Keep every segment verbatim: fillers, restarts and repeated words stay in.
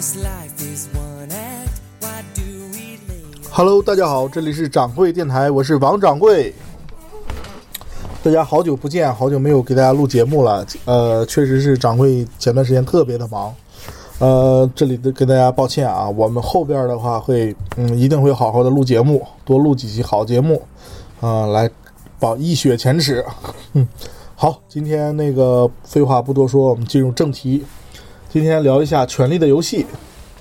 Hello， 大家好，这里是掌柜电台，我是王掌柜。大家好久不见，好久没有给大家录节目了。呃，确实是掌柜前段时间特别的忙。呃，这里的跟大家抱歉啊，我们后边的话会，嗯，一定会好好的录节目，多录几期好节目，啊、呃，来保一雪前耻。嗯，好，今天那个废话不多说，我们进入正题。今天聊一下《权力的游戏》。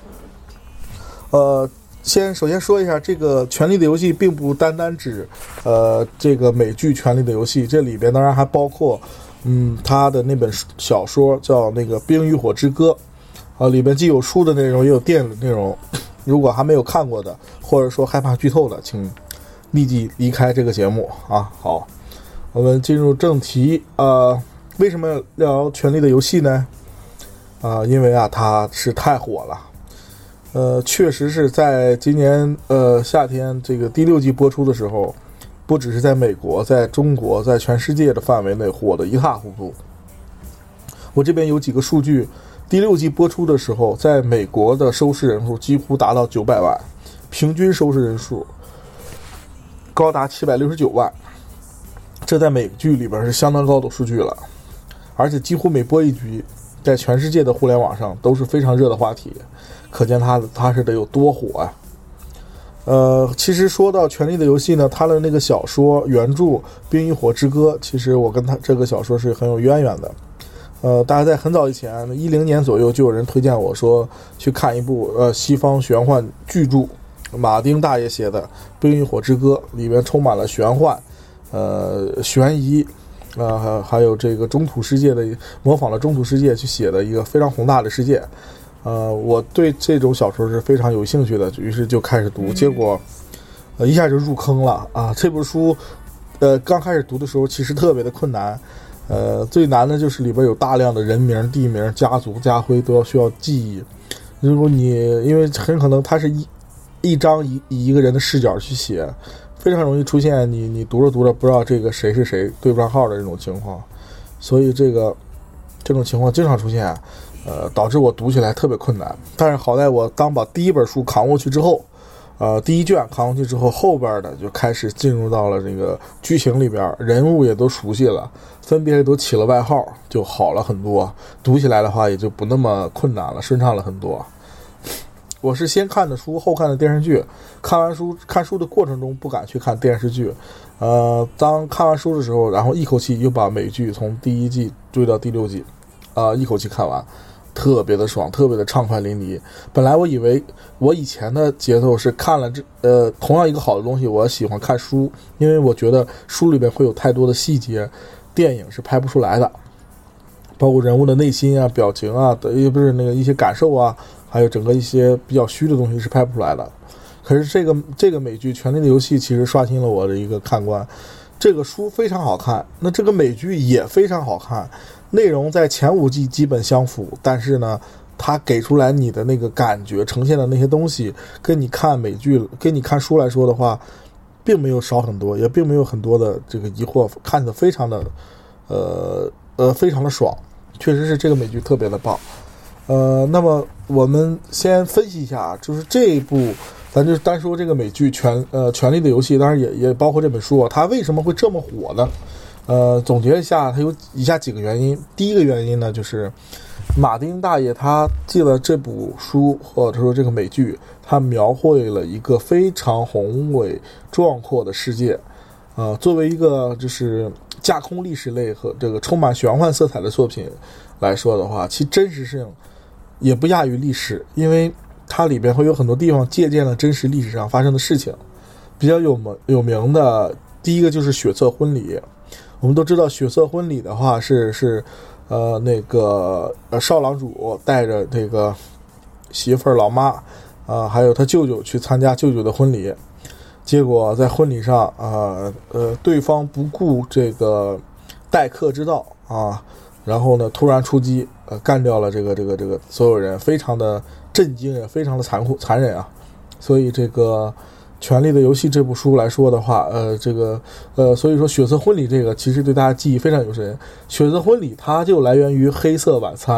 呃。先首先说一下，这个《权力的游戏》并不单单指，呃，这个美剧《权力的游戏》，这里边当然还包括，嗯，他的那本小说叫那个《冰与火之歌》，啊，里边既有书的内容，也有电影的内容。如果还没有看过的，或者说害怕剧透的，请立即离开这个节目啊。好，我们进入正题。呃，为什么聊《权力的游戏》呢？啊、呃，因为啊，它是太火了。呃，确实是在今年呃夏天这个第六季播出的时候，不只是在美国，在中国，在全世界的范围内火得一塌糊涂。我这边有几个数据，第六季播出的时候，在美国的收视人数几乎达到九百万，平均收视人数高达七百六十九万，这在美剧里边是相当高的数据了。而且几乎每播一集，在全世界的互联网上都是非常热的话题。可见它它是得有多火啊！呃，其实说到《权力的游戏》呢，它的那个小说原著《冰与火之歌》，其实我跟它这个小说是很有渊源的。呃，大概在很早以前，一零年左右，就有人推荐我说去看一部呃西方玄幻巨著，马丁大爷写的《冰与火之歌》，里面充满了玄幻、呃悬疑，呃还有这个中土世界的，模仿了中土世界去写的一个非常宏大的世界。呃，我对这种小说是非常有兴趣的，于是就开始读，结果，呃，一下就入坑了啊！这本书，呃，刚开始读的时候其实特别的困难，呃，最难的就是里边有大量的人名、地名、家族、家徽都要需要记忆。如果你因为很可能它是一一章以以一个人的视角去写，非常容易出现你你读着读着不知道这个谁是谁，对不上号的这种情况，所以这个这种情况经常出现。呃，导致我读起来特别困难，但是好在我当把第一本书扛过去之后，呃，第一卷扛过去之后，后边的就开始进入到了这个剧情里边，人物也都熟悉了，分别都起了外号，就好了很多。读起来的话也就不那么困难了，顺畅了很多。我是先看的书，后看的电视剧。看完书，看书的过程中不敢去看电视剧，呃，当看完书的时候，然后一口气又把美剧从第一季追到第六季，啊、呃，一口气看完。特别的爽，特别的畅快淋漓。本来我以为我以前的节奏是看了这呃同样一个好的东西，我喜欢看书，因为我觉得书里边会有太多的细节，电影是拍不出来的，包括人物的内心啊、表情啊，也不是那个一些感受啊，还有整个一些比较虚的东西是拍不出来的。可是这个这个美剧《权力的游戏》其实刷新了我的一个看官。这个书非常好看，那这个美剧也非常好看，内容在前五季基本相符，但是呢，它给出来你的那个感觉，呈现的那些东西，跟你看美剧、跟你看书来说的话，并没有少很多，也并没有很多的这个疑惑，看得非常的，呃呃，非常的爽，确实是这个美剧特别的棒。呃，那么我们先分析一下，就是这一部。咱就单说这个美剧权呃权力的游戏，当然也也包括这本书啊，它为什么会这么火呢？呃，总结一下，它有以下几个原因。第一个原因呢，就是马丁大爷他记了这部书或者说这个美剧，他描绘了一个非常宏伟壮阔的世界。呃，作为一个就是架空历史类和这个充满玄幻色彩的作品来说的话，其真实性也不亚于历史，因为它里边会有很多地方借鉴了真实历史上发生的事情。比较有名有名的第一个就是血色婚礼。我们都知道血色婚礼的话是是呃那个呃少郎主带着这个媳妇儿老妈啊、呃、还有他舅舅去参加舅舅的婚礼，结果在婚礼上啊 呃, 呃对方不顾这个待客之道啊，然后呢突然出击，呃干掉了这个这个这个所有人，非常的震惊，也非常的残酷残忍啊。所以这个权力的游戏这部书来说的话，呃，这个呃，所以说血色婚礼这个其实对大家记忆非常有深。血色婚礼它就来源于黑色晚餐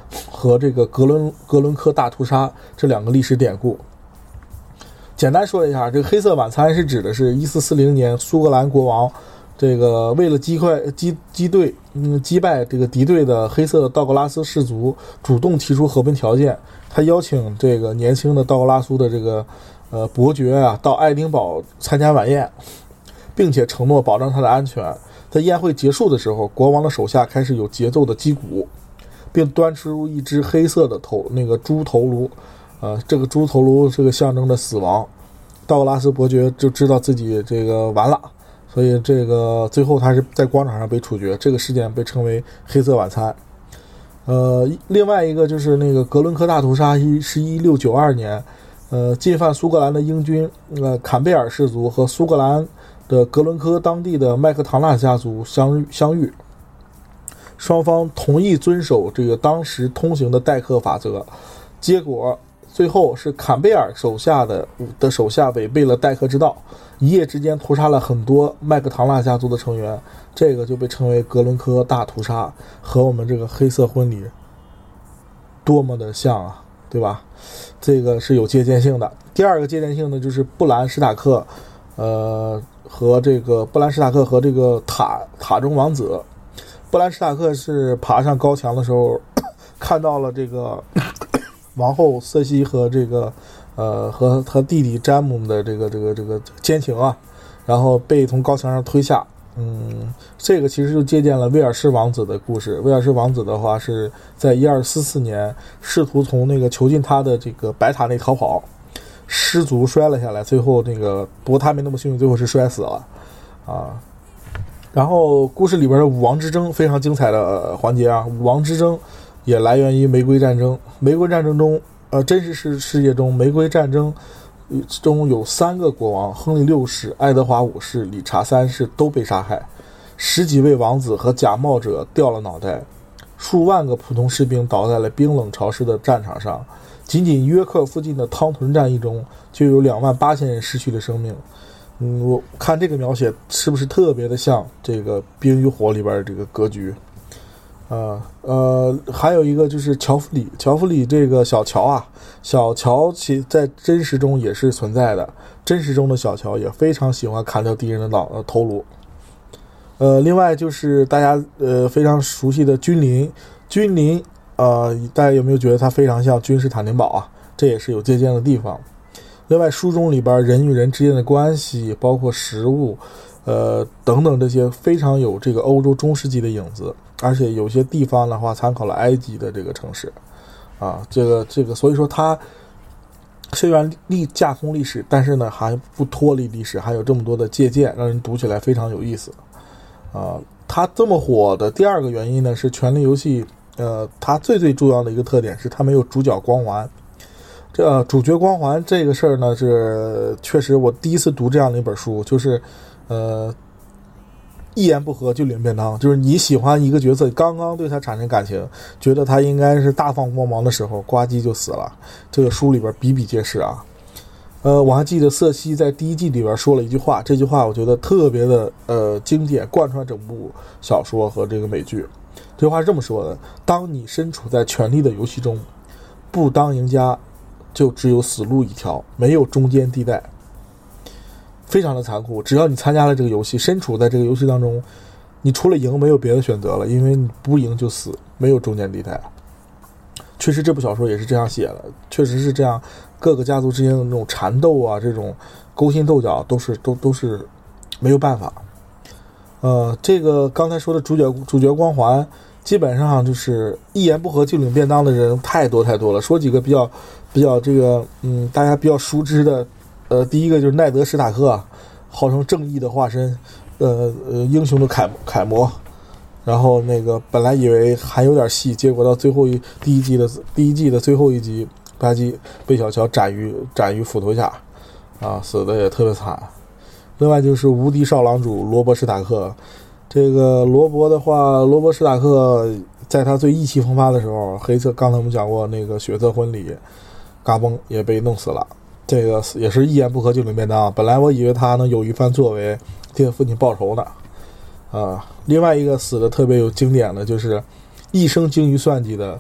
和这个格伦格伦科大屠杀这两个历史典故。简单说一下，这个黑色晚餐是指的是一四四零年苏格兰国王这个为了击快击击队嗯击败这个敌对的黑色道格拉斯氏族，主动提出和平条件。他邀请这个年轻的道格拉斯的这个呃伯爵啊到爱丁堡参加晚宴，并且承诺保障他的安全。在宴会结束的时候，国王的手下开始有节奏的击鼓，并端出一只黑色的头那个猪头颅，呃，这个猪头颅这个象征着死亡。道格拉斯伯爵就知道自己这个完了，所以这个最后他是在广场上被处决。这个事件被称为黑色晚餐。呃，另外一个就是那个格伦科大屠杀，一是一六九二年，呃，进犯苏格兰的英军，呃，坎贝尔氏族和苏格兰的格伦科当地的麦克唐纳家族相相遇，双方同意遵守这个当时通行的待客法则，结果最后是坎贝尔手下的的手下违背了待客之道，一夜之间屠杀了很多麦克唐纳家族的成员，这个就被称为格伦科大屠杀，和我们这个黑色婚礼多么的像啊，对吧？这个是有借鉴性的。第二个借鉴性的就是布兰史塔克，呃，和这个布兰史塔克和这个塔塔中王子。布兰史塔克是爬上高墙的时候，看到了这个王后瑟西和这个呃和和弟弟詹姆的这个这个这个奸情啊，然后被从高墙上推下。嗯，这个其实就借鉴了威尔士王子的故事。威尔士王子的话是在一二四四年试图从那个囚禁他的这个白塔内逃跑，失足摔了下来，最后那个不过他没那么幸运，最后是摔死了啊。然后故事里边的武王之争非常精彩的、呃、环节啊，武王之争也来源于玫瑰战争。玫瑰战争中，呃，真实世世界中，玫瑰战争中有三个国王，亨利六世、爱德华五世、理查三世都被杀害，十几位王子和假冒者掉了脑袋，数万个普通士兵倒在了冰冷潮湿的战场上。仅仅约克附近的汤屯战役中，就有两万八千人失去了生命。嗯，我看这个描写是不是特别的像这个《冰与火》里边的这个格局？呃呃，还有一个就是乔弗里，乔弗里这个小乔啊，小乔其在真实中也是存在的。真实中的小乔也非常喜欢砍掉敌人的脑呃头颅。呃，另外就是大家呃非常熟悉的君临，君临呃，大家有没有觉得它非常像君士坦丁堡啊？这也是有借鉴的地方。另外，书中里边人与人之间的关系，包括食物，呃等等这些，非常有这个欧洲中世纪的影子。而且有些地方的话，参考了埃及的这个城市，啊，这个这个，所以说它虽然历架空历史，但是呢还不脱离历史，还有这么多的借鉴，让人读起来非常有意思。啊，它这么火的第二个原因呢，是《权力游戏》，呃，它最最重要的一个特点是它没有主角光环。这、呃、主角光环这个事儿呢，是确实我第一次读这样的一本书，就是呃一言不合就领便当，就是你喜欢一个角色，刚刚对他产生感情，觉得他应该是大放光芒的时候，呱唧就死了。这个书里边比比皆是啊。呃，我还记得瑟西在第一季里边说了一句话，这句话我觉得特别的呃经典，贯穿整部小说和这个美剧。这句话是这么说的：当你身处在权力的游戏中，不当赢家就只有死路一条，没有中间地带。非常的残酷，只要你参加了这个游戏，身处在这个游戏当中，你除了赢没有别的选择了，因为你不赢就死，没有中间地带。确实这部小说也是这样写的，确实是这样，各个家族之间的那种缠斗啊，这种勾心斗角都是都都是没有办法。呃，这个刚才说的主角主角光环，基本上就是一言不合就领便当的人太多太多了。说几个比较比较这个嗯大家比较熟知的，呃，第一个就是奈德史塔克，号称正义的化身，呃呃英雄的楷楷模。然后那个本来以为还有点戏，结果到最后一第一季的第一季的最后一集，吧唧被小乔斩于斩于斧头下，啊，死的也特别惨。另外就是无敌少郎主罗伯史塔克，这个罗伯的话，罗伯史塔克在他最意气风发的时候，黑色刚才我们讲过那个血色婚礼，嘎嘣也被弄死了。这个也是一言不合就领便当，本来我以为他能有一番作为，替父亲报仇呢。啊，另外一个死的特别有经典的就是一生精于算计的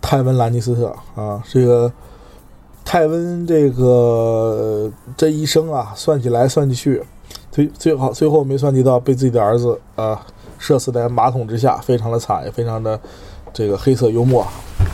泰温·兰尼斯特啊，这个泰温这个这一生啊，算计来算计去，最最好最后没算计到被自己的儿子啊射死在马桶之下，非常的惨，也非常的这个黑色幽默。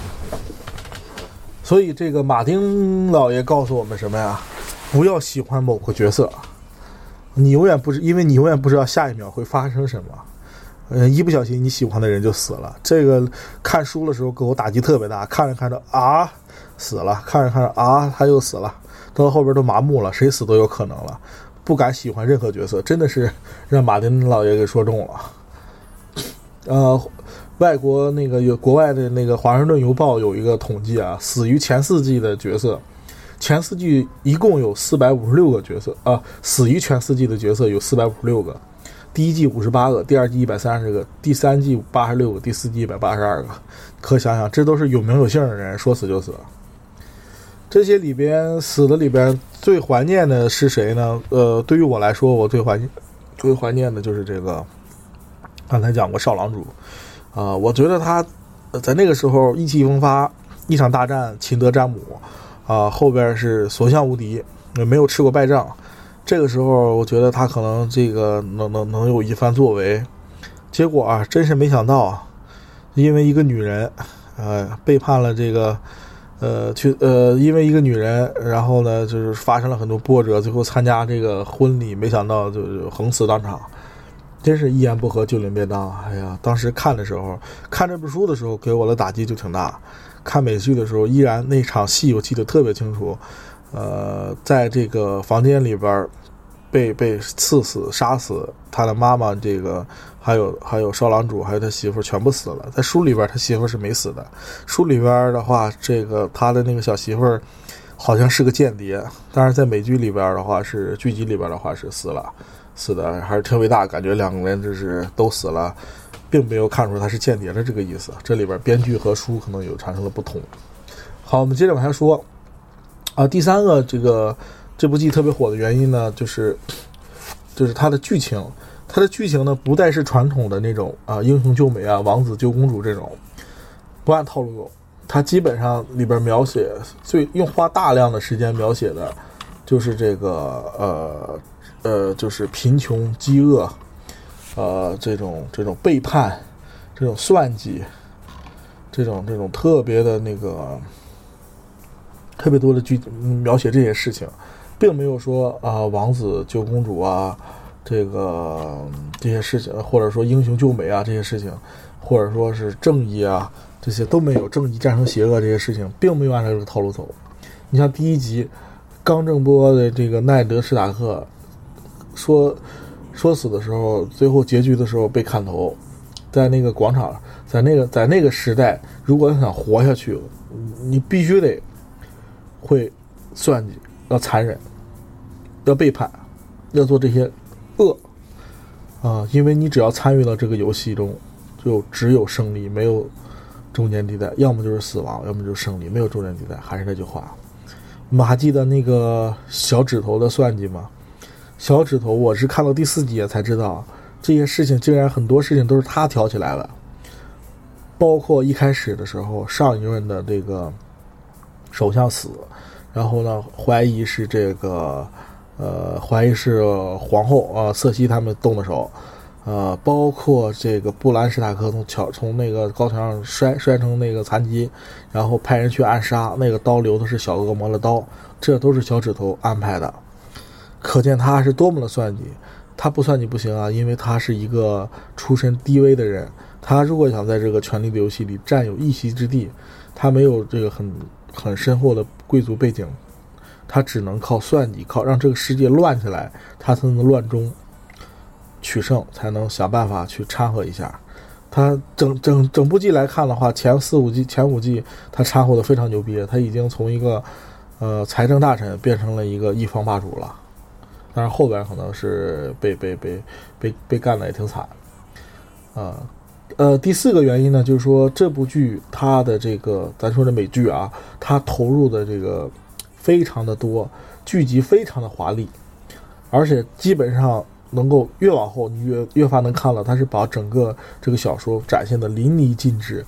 所以这个马丁老爷告诉我们什么呀？不要喜欢某个角色，你永远不知，因为你永远不知道下一秒会发生什么。嗯，一不小心你喜欢的人就死了。这个看书的时候给我打击特别大，看着看着啊死了，看着看着啊他又死了，到后边都麻木了，谁死都有可能了，不敢喜欢任何角色，真的是让马丁老爷给说中了。呃，外国那个有国外的那个《华盛顿邮报》有一个统计啊，死于前四季的角色，前四季一共有四百五十六个角色啊，死于前四季的角色有四百五十六个。第一季五十八个，第二季一百三十个，第三季八十六个，第四季一百八十二个。可想想，这都是有名有姓的人，说死就死。这些里边死的里边最怀念的是谁呢？呃，对于我来说，我最怀念最怀念的就是这个，刚才讲过少郎主啊、呃，我觉得他在那个时候意气风发，一场大战擒得詹姆啊、呃，后边是所向无敌，也没有吃过败仗。这个时候我觉得他可能这个能能能有一番作为，结果啊真是没想到，因为一个女人呃背叛了这个呃去呃因为一个女人，然后呢就是发生了很多波折，最后参加这个婚礼，没想到就横死当场，真是一言不合就领便当。哎呀，当时看的时候，看这本书的时候给我的打击就挺大，看美剧的时候依然那场戏我记得特别清楚。呃，在这个房间里边被被刺死杀死，他的妈妈这个还有还有少郎主还有他媳妇全部死了。在书里边他媳妇是没死的，书里边的话这个他的那个小媳妇好像是个间谍，但是在美剧里边的话是剧集里边的话是死了，死的还是特别大，感觉两个人就是都死了，并没有看出他是间谍的这个意思。这里边编剧和书可能有产生了不同。好，我们接着往下说啊，第三个这个这部剧特别火的原因呢，就是就是它的剧情，它的剧情呢不再是传统的那种啊英雄救美啊、王子救公主这种，不按套路走。它基本上里边描写最用花大量的时间描写的，就是这个呃呃就是贫穷、饥饿，呃这种这种背叛、这种算计、这种这种特别的那个。特别多的剧描写这些事情，并没有说啊、呃、王子救公主啊，这个这些事情，或者说英雄救美啊这些事情，或者说是正义啊这些都没有，正义战胜邪恶这些事情并没有按照这个套路走。你像第一集刚正波的这个奈德史塔克说说死的时候，最后结局的时候被砍头，在那个广场，在那个在那个时代，如果想活下去，你必须得会算计，要残忍，要背叛，要做这些恶啊、呃！因为你只要参与到这个游戏中，就只有胜利，没有中间地带，要么就是死亡，要么就是胜利，没有中间地带。还是那句话，我们还记得那个小指头的算计吗？小指头，我是看到第四集才知道，这些事情竟然很多事情都是他挑起来的，包括一开始的时候，上一任的这个首相死，然后呢，怀疑是这个，呃，怀疑是皇后啊、呃，瑟西他们动的手，呃，包括这个布兰史塔克从桥从那个高墙上摔摔成那个残疾，然后派人去暗杀，那个刀流的是小恶魔的刀，这都是小指头安排的，可见他是多么的算计。他不算计不行啊，因为他是一个出身低微的人，他如果想在这个权力的游戏里占有一席之地，他没有这个很很深厚的贵族背景，他只能靠算计，靠让这个世界乱起来，他才能乱中取胜，才能想办法去掺和一下。他整整整部剧来看的话，前四五季前五季他掺和的非常牛逼，他已经从一个呃财政大臣变成了一个一方霸主了。但是后边可能是被被被被被干的也挺惨啊。呃，第四个原因呢，就是说这部剧它的这个咱说这美剧啊，它投入的这个非常的多，剧集非常的华丽，而且基本上能够越往后你越越发能看到，它是把整个这个小说展现的淋漓尽致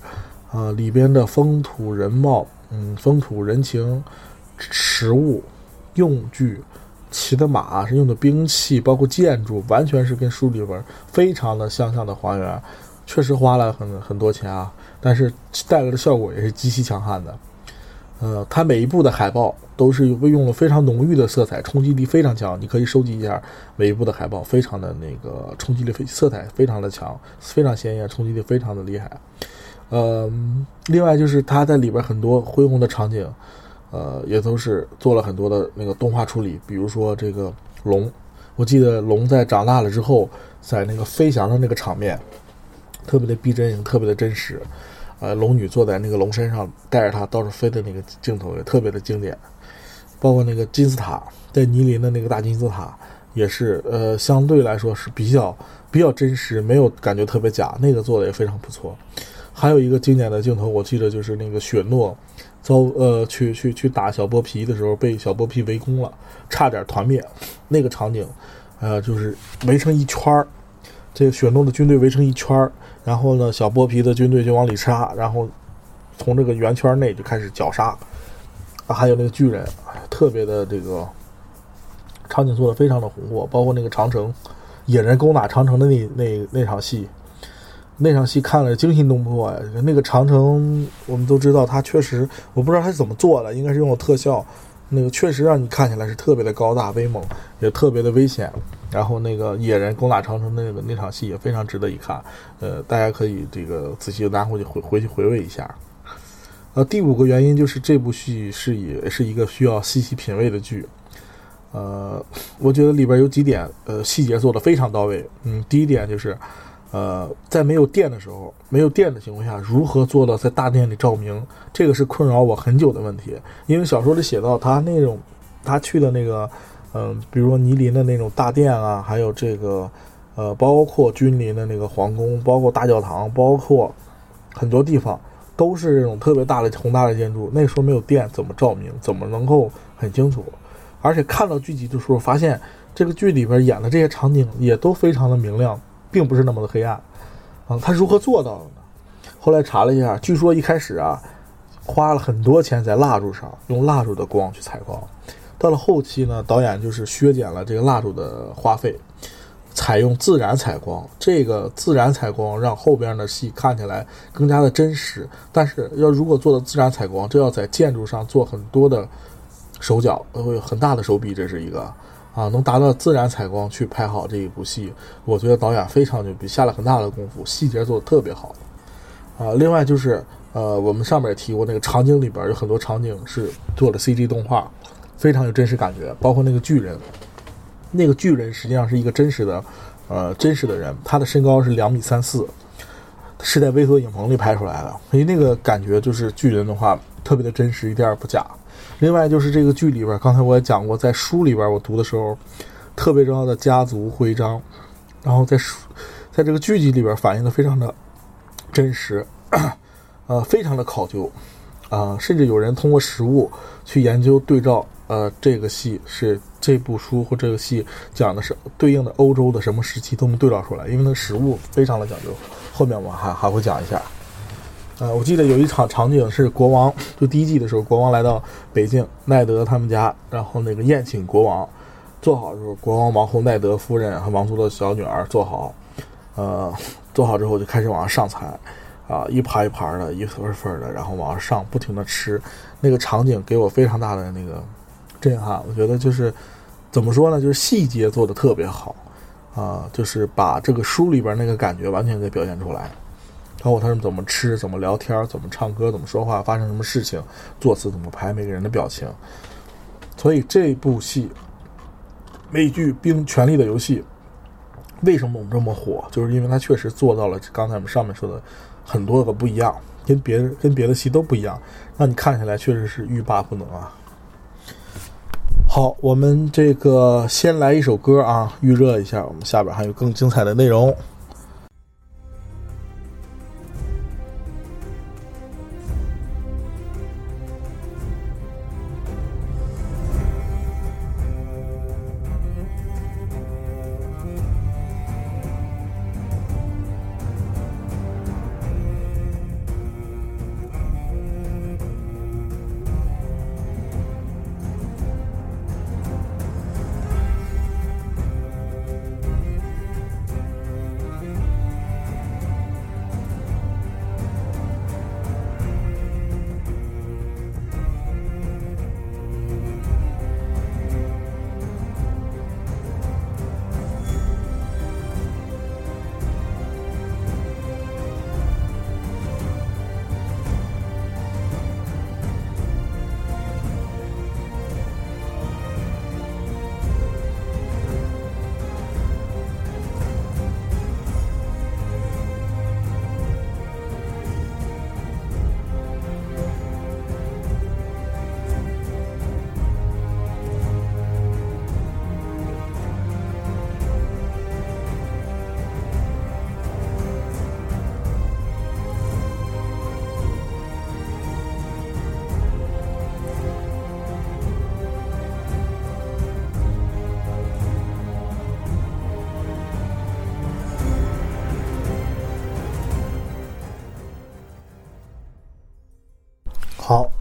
呃，里边的风土人貌，嗯，风土人情、食物、用具、骑的马、是用的兵器，包括建筑，完全是跟书里边非常的相像的还原。确实花了很很多钱啊，但是带来的效果也是极其强悍的。呃，它每一部的海报都是用了非常浓郁的色彩，冲击力非常强。你可以收集一下每一部的海报，非常的那个冲击力，色彩非常的强，非常鲜艳，冲击力非常的厉害。呃，另外就是它在里边很多恢宏的场景，呃，也都是做了很多的那个动画处理，比如说这个龙，我记得龙在长大了之后，在那个飞翔的那个场面，特别的逼真，特别的真实。呃，龙女坐在那个龙身上，带着它到处飞的那个镜头也特别的经典。包括那个金字塔，在尼林的那个大金字塔，也是呃相对来说是比较比较真实，没有感觉特别假，那个做的也非常不错。还有一个经典的镜头，我记得就是那个雪诺遭呃去去去打小剥皮的时候，被小剥皮围攻了，差点团灭。那个场景，呃，就是围成一圈儿，这个雪诺的军队围成一圈儿，然后呢，小剥皮的军队就往里杀，然后从这个圆圈内就开始绞杀。啊，还有那个巨人，特别的这个场景做的非常的红火，包括那个长城，野人攻打长城的那那那场戏。那场戏看了惊心动魄啊！那个长城我们都知道，它确实我不知道它是怎么做的，应该是用了特效，那个确实让你看起来是特别的高大威猛，也特别的危险。然后那个野人攻打长城的那个那场戏也非常值得一看，呃，大家可以这个仔细拿回去回回去回味一下。呃，第五个原因就是这部戏是也是一个需要细细品味的剧。呃，我觉得里边有几点呃细节做得非常到位。嗯，第一点就是。呃，在没有电的时候，没有电的情况下，如何做到在大殿里照明？这个是困扰我很久的问题。因为小说里写到他那种，他去的那个，嗯、呃，比如说尼林的那种大殿啊，还有这个，呃，包括君临的那个皇宫，包括大教堂，包括很多地方，都是这种特别大的宏大的建筑。那时候没有电，怎么照明？怎么能够很清楚？而且看到剧集的时候，发现这个剧里边演的这些场景也都非常的明亮。并不是那么的黑暗，啊，他如何做到的呢？后来查了一下，据说一开始啊，花了很多钱在蜡烛上，用蜡烛的光去采光。到了后期呢，导演就是削减了这个蜡烛的花费，采用自然采光。这个自然采光让后边的戏看起来更加的真实。但是要如果做的自然采光，就要在建筑上做很多的手脚，会有很大的手笔，这是一个。啊，能达到自然采光去拍好这一部戏，我觉得导演非常牛逼，下了很大的功夫，细节做得特别好。啊，另外就是呃，我们上面也提过，那个场景里边有很多场景是做了 C G 动画，非常有真实感觉，包括那个巨人，那个巨人实际上是一个真实的，呃，真实的人，他的身高是两米三四，是在微缩影棚里拍出来的，所以那个感觉就是巨人的话特别的真实，一点也不假。另外就是这个剧里边，刚才我也讲过，在书里边我读的时候，特别重要的家族徽章，然后在书，在这个剧集里边反映的非常的真实，呃，非常的考究，啊、呃，甚至有人通过实物去研究对照，呃，这个戏是这部书或这个戏讲的是对应的欧洲的什么时期都能对照出来，因为那实物非常的讲究，后面我还还会讲一下。呃，我记得有一场场景是国王，就第一季的时候，国王来到北京奈德他们家，然后那个宴请国王，做好的时候，国王王后奈德夫人和王族的小女儿做好，呃，做好之后就开始往上上菜，啊、呃，一盘一盘的，一份份的，然后往上上，不停的吃，那个场景给我非常大的那个震撼。我觉得就是怎么说呢，就是细节做的特别好，啊、呃，就是把这个书里边那个感觉完全给表现出来。包括他们怎么吃，怎么聊天，怎么唱歌，怎么说话，发生什么事情，作词怎么排，每个人的表情。所以这部戏美剧《冰权力的游戏》为什么我们这么火，就是因为它确实做到了刚才我们上面说的很多个不一样，跟别的跟别的戏都不一样，让你看起来确实是欲罢不能啊。好，我们这个先来一首歌啊，预热一下，我们下边还有更精彩的内容。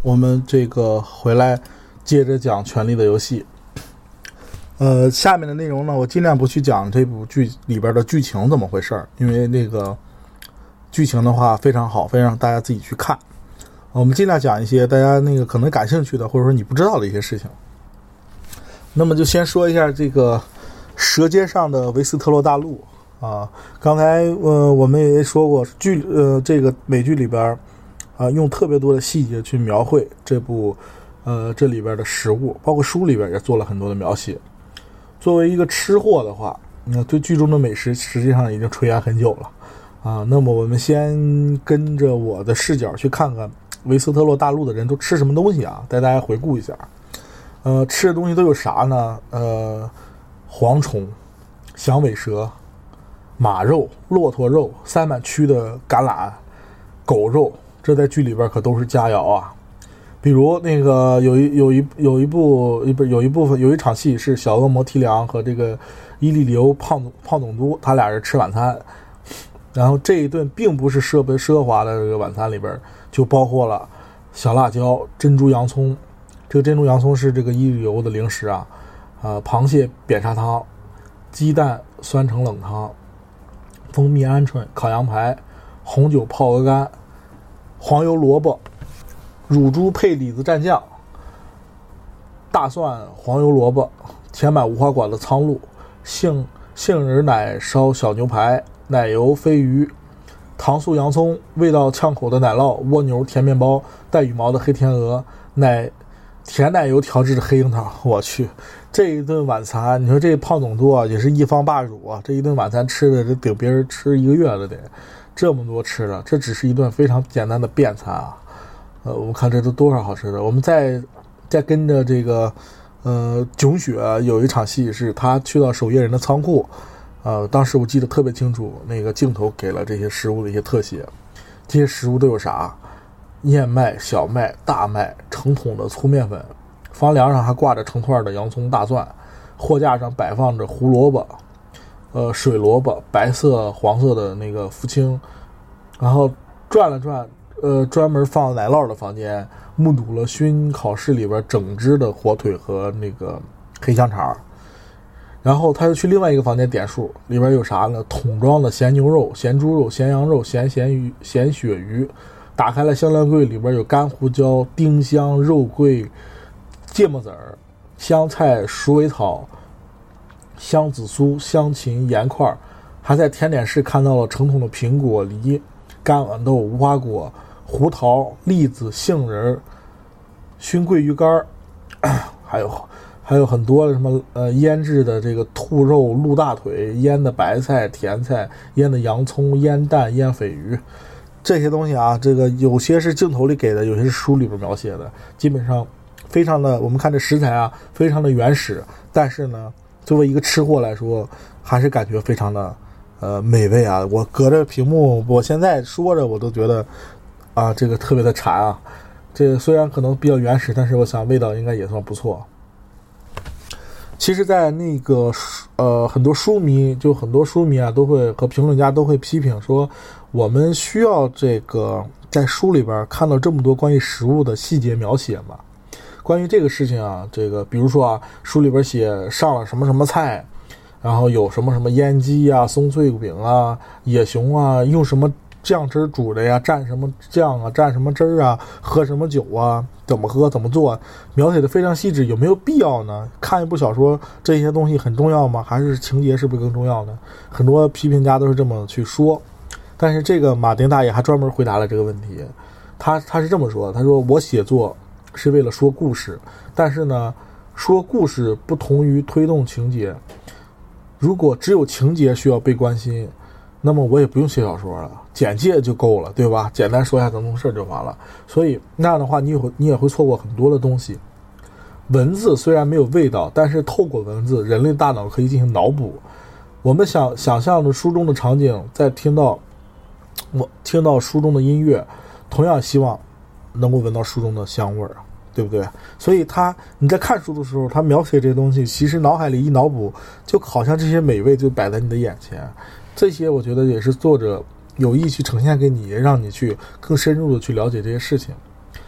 我们这个回来接着讲《权力的游戏》。呃，下面的内容呢，我尽量不去讲这部剧里边的剧情怎么回事，因为那个剧情的话非常好，非常让大家自己去看。我们尽量讲一些大家那个可能感兴趣的，或者说你不知道的一些事情。那么就先说一下这个舌尖上的维斯特洛大陆啊。刚才呃我们也说过，剧呃这个美剧里边啊用特别多的细节去描绘这部呃这里边的食物，包括书里边也做了很多的描写。作为一个吃货的话，那对剧中的美食实际上已经垂涎很久了啊。那么我们先跟着我的视角去看看维斯特洛大陆的人都吃什么东西啊，带大家回顾一下。呃，吃的东西都有啥呢？呃，蝗虫、响尾蛇、马肉、骆驼肉、塞满蛆的橄榄、狗肉，这在剧里边可都是佳肴啊。比如那个有一有一有一部不有一部分有一场戏是小恶魔提良和这个伊利流胖胖总督他俩人吃晚餐，然后这一顿并不是奢奢华的这个晚餐里边就包括了小辣椒、珍珠洋葱，这个珍珠洋葱是这个伊利流的零食啊，呃，螃蟹扁砂汤、鸡蛋酸橙冷汤、蜂蜜鹌鹑、烤羊排、红酒泡鹅肝、黄油萝卜、乳猪配李子蘸酱、大蒜黄油萝卜、填满无花果的苍鹭、杏杏仁奶烧小牛排、奶油飞鱼、糖醋洋葱、味道呛口的奶酪、蜗牛甜面包、带羽毛的黑天鹅、奶甜奶油调制的黑樱桃。我去，这一顿晚餐，你说这胖总督啊也是一方霸主啊，这一顿晚餐吃的这顶别人吃一个月了得，这么多吃的，这只是一顿非常简单的便餐啊。呃，我们看这都多少好吃的。我们再再跟着这个呃囧雪有一场戏是他去到守夜人的仓库，呃，当时我记得特别清楚，那个镜头给了这些食物的一些特写。这些食物都有啥？燕麦、小麦、大麦、成桶的粗面粉，房梁上还挂着成串的洋葱、大蒜，货架上摆放着胡萝卜、呃水萝卜、白色、黄色的那个福清，然后转了转。呃，专门放奶酪的房间，目睹了熏烤室里边整只的火腿和那个黑香肠，然后他又去另外一个房间点数，里边有啥呢？桶装的咸牛肉、咸猪肉、咸羊肉、咸咸鱼、咸鳕鱼，打开了香料柜，里边有干胡椒、丁香、肉桂、芥末籽儿、香菜、鼠尾草、香紫苏、香芹、盐块，还在甜点室看到了成桶的苹果、梨、干豌豆、无花果、胡桃、栗子、杏仁、熏桂鱼干，还有还有很多什么呃腌制的这个兔肉、鹿大腿、腌的白菜、甜菜、腌的洋葱、腌蛋、腌鲱鱼，这些东西啊，这个有些是镜头里给的，有些是书里边描写的，基本上非常的，我们看这食材啊，非常的原始，但是呢，作为一个吃货来说，还是感觉非常的呃美味啊。我隔着屏幕，我现在说着我都觉得啊，这个特别的馋啊。这个虽然可能比较原始，但是我想味道应该也算不错。其实在那个呃很多书迷就很多书迷啊都会和评论家都会批评说，我们需要这个在书里边看到这么多关于食物的细节描写嘛。关于这个事情啊，这个比如说啊，书里边写上了什么什么菜，然后有什么什么腌鸡啊、松脆饼啊、野熊啊，用什么酱汁煮的呀，蘸什么酱啊，蘸什么汁儿啊，喝什么酒啊，怎么喝怎么做，描写的非常细致，有没有必要呢？看一部小说这些东西很重要吗？还是情节是不是更重要呢？很多批评家都是这么去说，但是这个马丁大爷还专门回答了这个问题。他他是这么说，他说我写作是为了说故事，但是呢，说故事不同于推动情节。如果只有情节需要被关心，那么我也不用写小说了，简介就够了，对吧？简单说一下怎么回事就完了。所以那样的话，你也会你也会错过很多的东西。文字虽然没有味道，但是透过文字，人类大脑可以进行脑补。我们想想象着书中的场景，在听到我听到书中的音乐，同样希望能够闻到书中的香味儿，对不对？所以他你在看书的时候，他描写这些东西，其实脑海里一脑补，就好像这些美味就摆在你的眼前。这些我觉得也是作者有意去呈现给你，让你去更深入的去了解这些事情。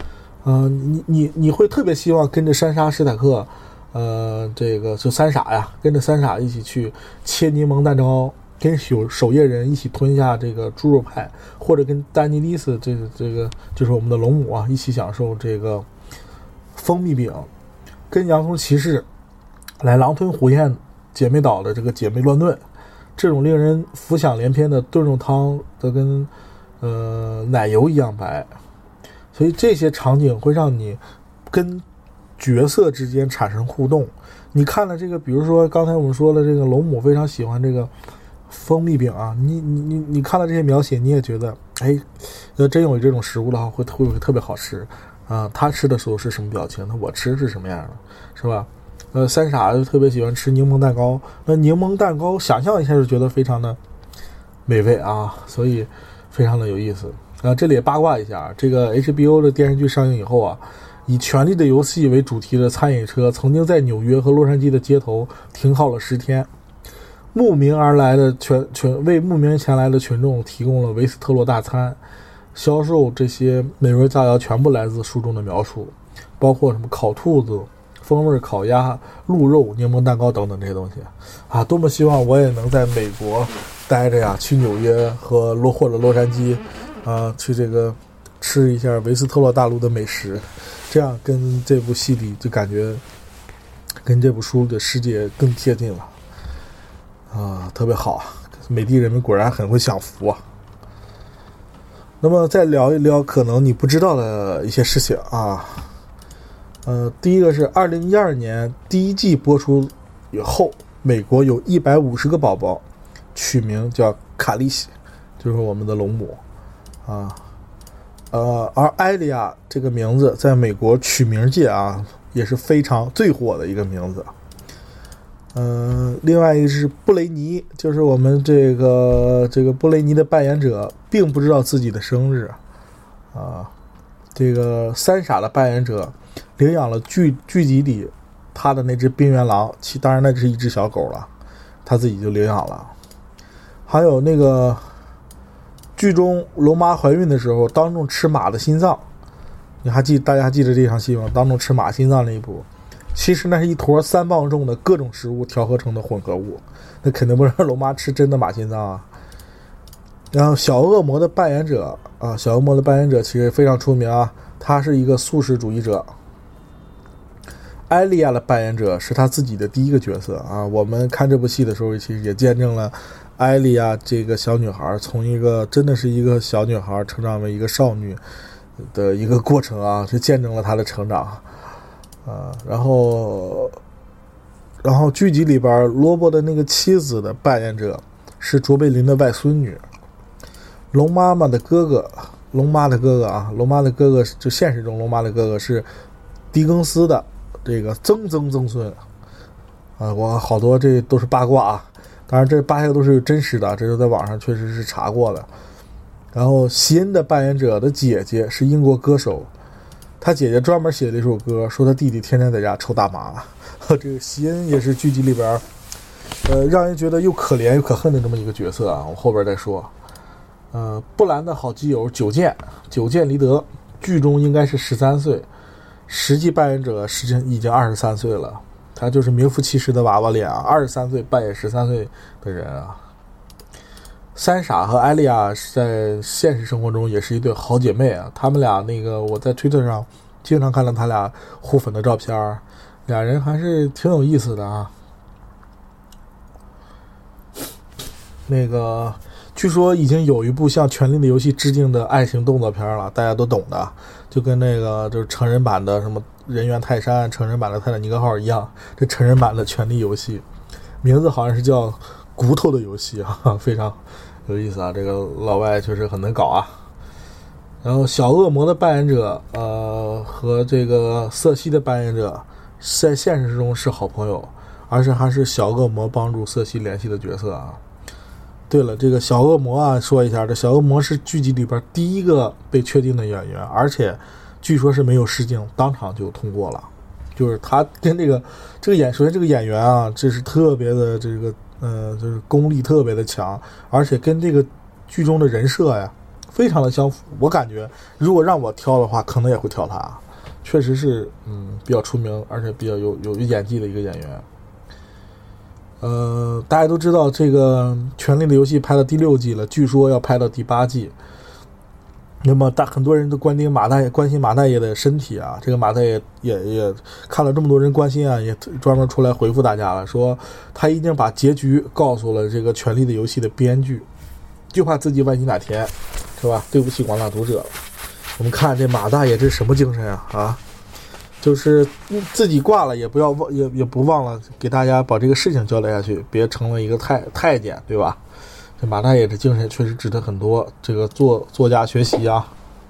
呃，你你你会特别希望跟着珊莎史塔克，呃，这个就三傻呀，跟着三傻一起去切柠檬蛋糕，跟守守夜人一起吞下这个猪肉派，或者跟丹尼利斯这个这个就是我们的龙母啊一起享受这个蜂蜜饼，跟洋葱骑士来狼吞虎咽姐妹岛的这个姐妹乱炖，这种令人浮想联翩的炖肉汤都跟呃奶油一样白，所以这些场景会让你跟角色之间产生互动。你看了这个，比如说刚才我们说的这个龙母非常喜欢这个蜂蜜饼啊，你你你你看了这些描写，你也觉得，哎，要真有这种食物的话，会会会特别好吃啊。他吃的时候是什么表情？那我吃是什么样的，是吧？呃，三傻就特别喜欢吃柠檬蛋糕，那柠檬蛋糕想象一下就觉得非常的美味啊，所以非常的有意思啊。这里也八卦一下，这个 H B O 的电视剧上映以后啊，以《权力的游戏》为主题的餐饮车曾经在纽约和洛杉矶的街头停靠了十天，慕名而来的全全为慕名前来的群众提供了维斯特洛大餐，销售这些美味佳肴全部来自书中的描述，包括什么烤兔子、风味烤鸭、鹿肉、柠檬蛋糕等等这些东西啊！多么希望我也能在美国待着呀，去纽约和洛或者洛杉矶啊，去这个吃一下维斯特洛大陆的美食，这样跟这部戏里就感觉跟这部书的世界更贴近了啊，特别好啊！美帝人民果然很会享福啊。那么再聊一聊可能你不知道的一些事情啊。呃，第一个是二零一二年第一季播出以后，美国有一百五十个宝宝取名叫卡利西，就是我们的龙母啊。呃，而艾利亚这个名字在美国取名界啊也是非常最火的一个名字。嗯、呃，另外一个是布雷尼，就是我们这个这个布雷尼的扮演者并不知道自己的生日啊。这个三傻的扮演者领养了剧剧集里他的那只冰原狼，其当然那是一只小狗了，他自己就领养了。还有那个剧中龙妈怀孕的时候当众吃马的心脏，你还记大家还记得这场戏吗？当众吃马心脏那一部，其实那是一坨三磅重的各种食物调和成的混合物，那肯定不让龙妈吃真的马心脏啊。然后小恶魔的扮演者啊，小恶魔的扮演者其实非常出名啊，他是一个素食主义者。艾莉亚的扮演者是他自己的第一个角色啊，我们看这部戏的时候其实也见证了艾莉亚这个小女孩从一个真的是一个小女孩成长为一个少女的一个过程啊，是见证了她的成长啊。然后然后剧集里边罗伯的那个妻子的扮演者是卓贝林的外孙女，龙妈妈的哥哥，龙妈的哥哥啊，龙妈的哥哥就现实中龙妈的哥哥是狄更斯的这个曾曾曾孙啊，我好多这都是八卦啊，当然这八卦都是真实的，这就在网上确实是查过的。然后席恩的扮演者的姐姐是英国歌手，他姐姐专门写了一首歌，说他弟弟天天在家抽大麻。这个席恩也是剧集里边呃，让人觉得又可怜又可恨的这么一个角色啊，我后边再说。呃，布兰的好基友九剑，九剑离德，剧中应该是十三岁，实际扮演者实际上已经二十三岁了，他就是名副其实的娃娃脸啊，二十三岁扮演十三岁的人啊。三傻和艾莉亚在现实生活中也是一对好姐妹啊，他们俩那个我在推特上经常看到他俩互粉的照片，俩人还是挺有意思的啊。那个据说已经有一部向《权力的游戏》致敬的爱情动作片了，大家都懂的，就跟那个就是成人版的什么人猿泰山、成人版的泰坦尼克号一样，这成人版的《权力游戏》名字好像是叫骨头的游戏啊，非常有意思啊，这个老外确实很能搞啊。然后小恶魔的扮演者呃和这个瑟西的扮演者在现实中是好朋友，而且还是小恶魔帮助瑟西联系的角色啊。对了，这个小恶魔啊，说一下，这小恶魔是剧集里边第一个被确定的演员，而且据说是没有试镜，当场就通过了。就是他跟这个这个演，首先这个演员啊，这是特别的这个呃，就是功力特别的强，而且跟这个剧中的人设呀非常的相符。我感觉如果让我挑的话，可能也会挑他。 确实是嗯比较出名，而且比较有有演技的一个演员。呃，大家都知道这个《权力的游戏》拍到第六季了，据说要拍到第八季。那么大很多人都关心马大爷，关心马大爷的身体啊。这个马大爷也也也看了这么多人关心啊，也专门出来回复大家了，说他已经把结局告诉了这个《权力的游戏》的编剧，就怕自己万一哪天，是吧？对不起广大读者。我们看这马大爷这是什么精神啊？啊，就是自己挂了也不要忘，也也不忘了给大家把这个事情交代下去，别成为一个太太监，对吧？这马大爷的精神确实值得很多这个作作家学习啊。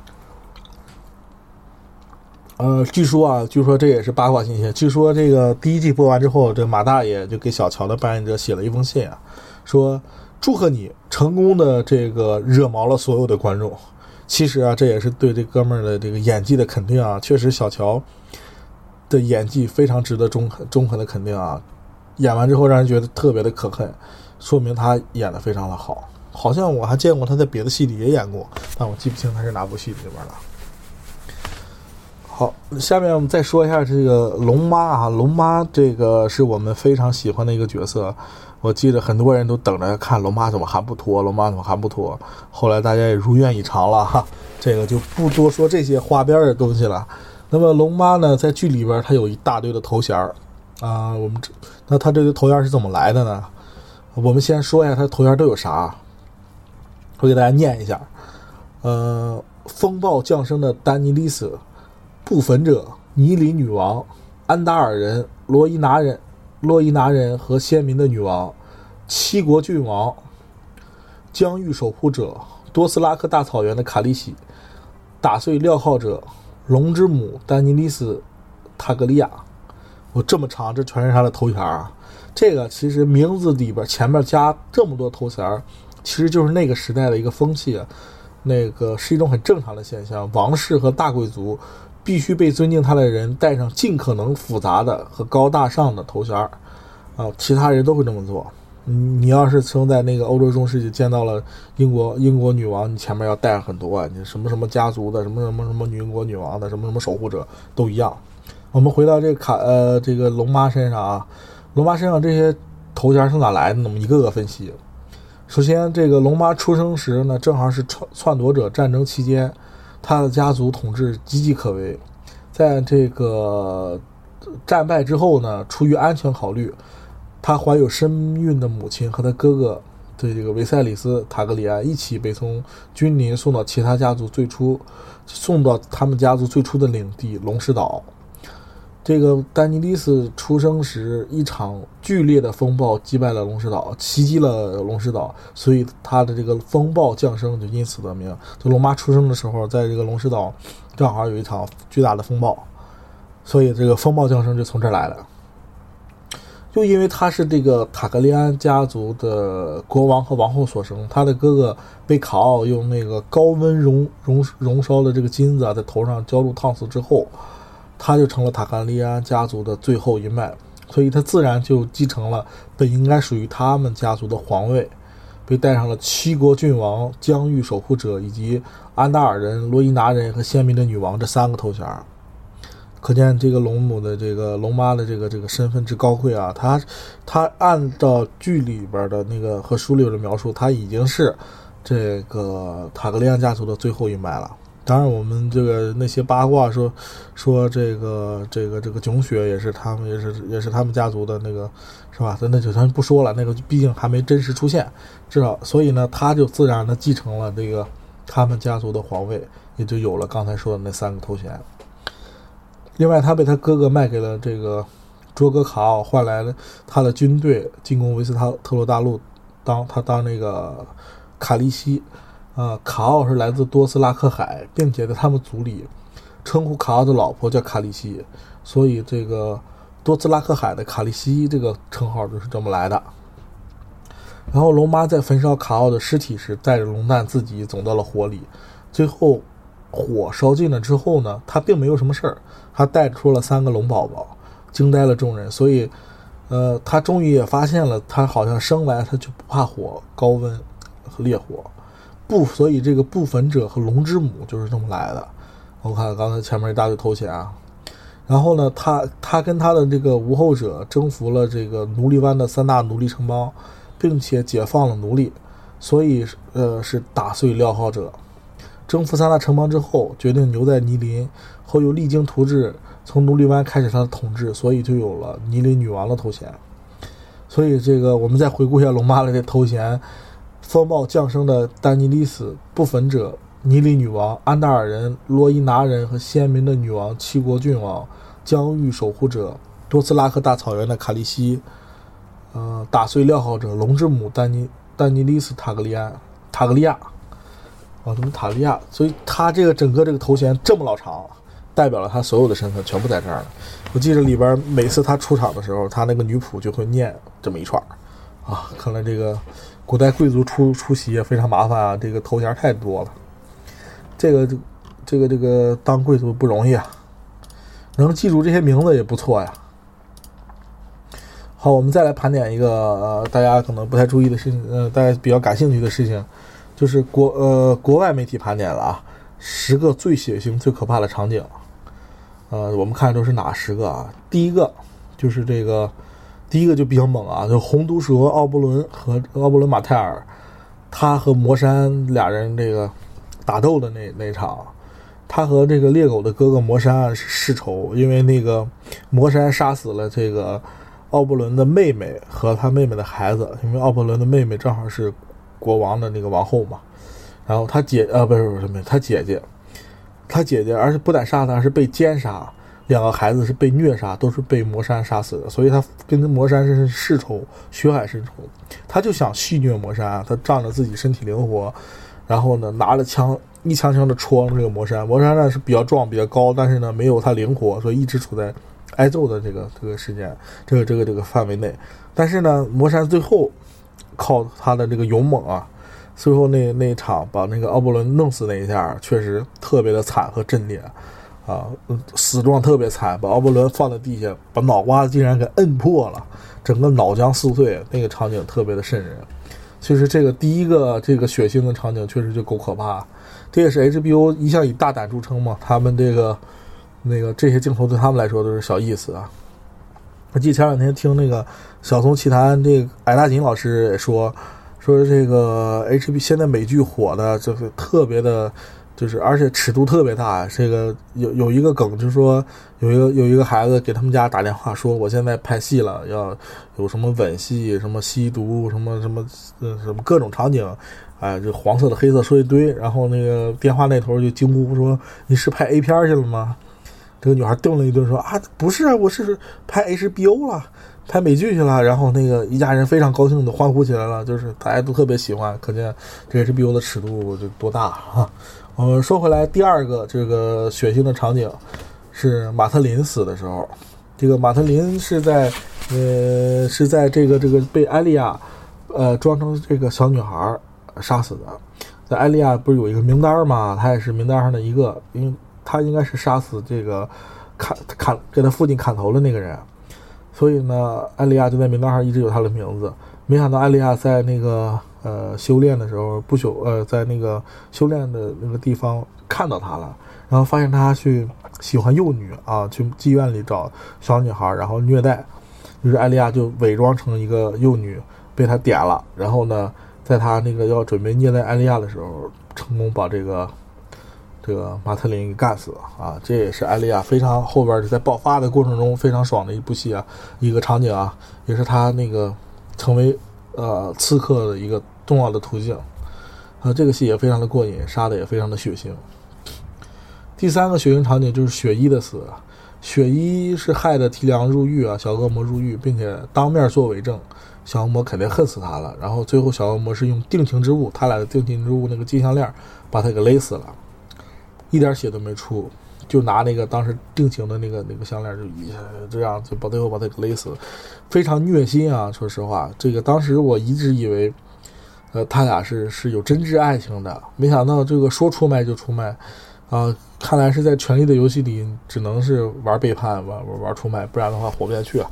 呃，据说啊，据说这也是八卦信息。据说这个第一季播完之后，这马大爷就给小乔的扮演者写了一封信啊，说祝贺你成功的这个惹毛了所有的观众。其实啊，这也是对这哥们儿的这个演技的肯定啊。确实，小乔的演技非常值得中中肯的肯定啊。演完之后让人觉得特别的可恨，说明他演得非常的好。好像我还见过他在别的戏里也演过，但我记不清他是哪部戏里边了。好，下面我们再说一下这个龙妈啊，龙妈这个是我们非常喜欢的一个角色。我记得很多人都等着看龙妈怎么还不脱，龙妈怎么还不脱。后来大家也如愿以偿了哈，这个就不多说这些花边的东西了。那么龙妈呢，在剧里边她有一大堆的头衔啊，我们那她这个头衔是怎么来的呢？我们先说一下她的头衔都有啥，我给大家念一下。呃，风暴降生的丹尼利斯，不焚者、尼里女王、安达尔人、罗伊拿人、洛伊拿人和先民的女王、七国郡王、疆域守护者、多斯拉克大草原的卡利西、打碎镣铐者、龙之母丹尼利斯塔格利亚。我这么长，这全是他的头衔啊！这个其实名字里边前面加这么多头衔，其实就是那个时代的一个风气啊，那个是一种很正常的现象。王室和大贵族必须被尊敬他的人戴上尽可能复杂的和高大上的头衔啊，其他人都会这么做。你要是生在那个欧洲中世纪，见到了英国英国女王，你前面要带很多啊，你什么什么家族的，什么什么什么英国女王的，什么什么守护者都一样。我们回到这个卡呃这个龙妈身上啊，龙妈身上这些头衔是哪来的呢？我们一个个分析。首先，这个龙妈出生时呢，正好是篡篡夺者战争期间，她的家族统治岌岌可危。在这个战败之后呢，出于安全考虑，她怀有身孕的母亲和她哥哥对这个维塞里斯塔格里安一起被从君临送到其他家族最初送到他们家族最初的领地龙石岛。这个丹尼利斯出生时，一场剧烈的风暴击败了龙石岛，袭击了龙石岛，所以他的这个风暴降生就因此得名。就龙妈出生的时候，在这个龙石岛正好有一场巨大的风暴，所以这个风暴降生就从这儿来了。就因为他是这个塔格利安家族的国王和王后所生，他的哥哥被卡奥用那个高温熔熔熔烧的这个金子啊，在头上浇入烫死之后，他就成了塔格利安家族的最后一脉，所以他自然就继承了本应该属于他们家族的皇位，被戴上了七国郡王、疆域守护者以及安达尔人、罗伊拿人和先民的女王这三个头衔。可见这个龙母的这个龙妈的这个这个身份之高贵啊！他他按照剧里边的那个和书里的描述，他已经是这个塔格利安家族的最后一脉了。当然，我们这个那些八卦说说这个这个这个囧雪也是他们也是也是他们家族的那个是吧？那就咱不说了，那个毕竟还没真实出现，至少所以呢，他就自然的继承了这个他们家族的皇位，也就有了刚才说的那三个头衔。另外，他被他哥哥卖给了这个卓格卡奥，换来了他的军队进攻维斯塔特洛大陆，当他当那个卡利西。啊，卡奥是来自多斯拉克海，并且在他们族里称呼卡奥的老婆叫卡利西，所以这个多斯拉克海的卡利西这个称号就是这么来的。然后龙妈在焚烧卡奥的尸体时，带着龙蛋自己走到了火里，最后火烧尽了之后呢，他并没有什么事儿，他带出了三个龙宝宝，惊呆了众人。所以，呃，他终于也发现了，他好像生来他就不怕火、高温和烈火。不，所以这个不焚者和龙之母就是这么来的。我看刚才前面一大堆头衔啊， 然后呢，他他跟他的这个无后者征服了这个奴隶湾的三大奴隶城邦，并且解放了奴隶，所以呃是打碎廖浩者。征服三大城邦之后，决定留在尼林，后又励精图治，从奴隶湾开始他的统治，所以就有了尼林女王的头衔。所以这个我们再回顾一下龙妈的这头衔：风暴降生的丹尼利斯、不焚者、尼里女王、安达尔人、罗伊拿人和先民的女王、七国郡王、疆域守护者、多斯拉克大草原的卡利西、呃，打碎廖浩者、龙之母丹尼丹尼利斯塔格利安塔格利亚啊，什么塔利亚？所以他这个整个这个头衔这么老长，代表了他所有的身份全部在这儿了。我记得里边每次他出场的时候，他那个女仆就会念这么一串啊，看来这个古代贵族出出席也非常麻烦啊，这个头衔太多了。这个这个这个当贵族不容易啊，能记住这些名字也不错呀。好，我们再来盘点一个呃大家可能不太注意的事情，呃大家比较感兴趣的事情，就是国呃国外媒体盘点了啊，十个最血腥最可怕的场景。呃我们看都是哪十个啊？第一个就是这个第一个就比较猛啊，就红毒蛇奥伯伦和奥伯伦马泰尔，他和魔山俩人这个打斗的那那场，他和这个猎狗的哥哥魔山是世仇，因为那个魔山杀死了这个奥伯伦的妹妹和他妹妹的孩子，因为奥伯伦的妹妹正好是国王的那个王后嘛，然后他姐呃不是不是不是他姐姐，他姐姐而且不但杀他，是被奸杀，两个孩子是被虐杀，都是被魔山杀死的，所以他跟魔山是世仇，血海深仇，他就想戏虐魔山，他仗着自己身体灵活。然后呢，拿着枪一枪枪的戳这个魔山，魔山呢是比较壮比较高，但是呢没有他灵活，所以一直处在挨揍的这个这个时间这个这个这个范围内。但是呢，魔山最后靠他的这个勇猛啊，最后那那一场把那个奥伯伦弄死那一下，确实特别的惨和震裂啊，死状特别惨，把奥伯伦放在地下，把脑瓜子竟然给摁破了，整个脑浆四碎，那个场景特别的瘆人。其实这个第一个这个血腥的场景确实就够可怕，这也是 H B O 一向以大胆著称嘛，他们这个那个这些镜头对他们来说都是小意思啊。我记得前两天听那个小松奇谈这个矮大紧老师也说说这个 H B O 现在美剧火的就是特别的，就是而且尺度特别大。这个有有一个梗就是说有一个有一个孩子给他们家打电话说我现在拍戏了，要有什么吻戏、什么吸毒、什么什么呃什么各种场景，哎，这黄色的、黑色说一堆。然后那个电话那头就惊呼说：“你是拍 A 片去了吗？”这个女孩顿了一顿说：“啊，不是啊，我是拍 H B O 了，拍美剧去了。”然后那个一家人非常高兴的欢呼起来了，就是大家都特别喜欢，可见这 H B O 的尺度就多大啊！我们说回来，第二个这个血腥的场景是马特林死的时候。这个马特林是在呃是在这个这个被艾莉亚呃装成这个小女孩杀死的。在艾莉亚不是有一个名单吗？他也是名单上的一个，因为他应该是杀死这个砍砍给他父亲砍头的那个人，所以呢艾莉亚就在名单上一直有他的名字。没想到艾莉亚在那个呃修炼的时候不朽呃在那个修炼的那个地方看到他了，然后发现他去喜欢幼女啊，去妓院里找小女孩然后虐待，就是艾莉亚就伪装成一个幼女被他点了，然后呢在他那个要准备虐待艾莉亚的时候成功把这个这个马特林给干死啊！这也是艾莉亚非常后边在爆发的过程中非常爽的一部戏啊，一个场景啊，也是他那个成为呃刺客的一个重要的途径啊。这个戏也非常的过瘾，杀的也非常的血腥。第三个血腥场景就是雪伊的死，雪伊是害得提梁入狱啊，小恶魔入狱，并且当面作伪证，小恶魔肯定恨死他了。然后最后小恶魔是用定情之物，他俩的定情之物那个金项链把他给勒死了，一点血都没出，就拿那个当时定情的那个那个项链就一下这样就把最后把他给勒死，非常虐心啊！说实话，这个当时我一直以为，呃，他俩是是有真挚爱情的，没想到这个说出卖就出卖，啊、呃，看来是在《权力的游戏》里只能是玩背叛、玩玩玩出卖，不然的话活不下去啊。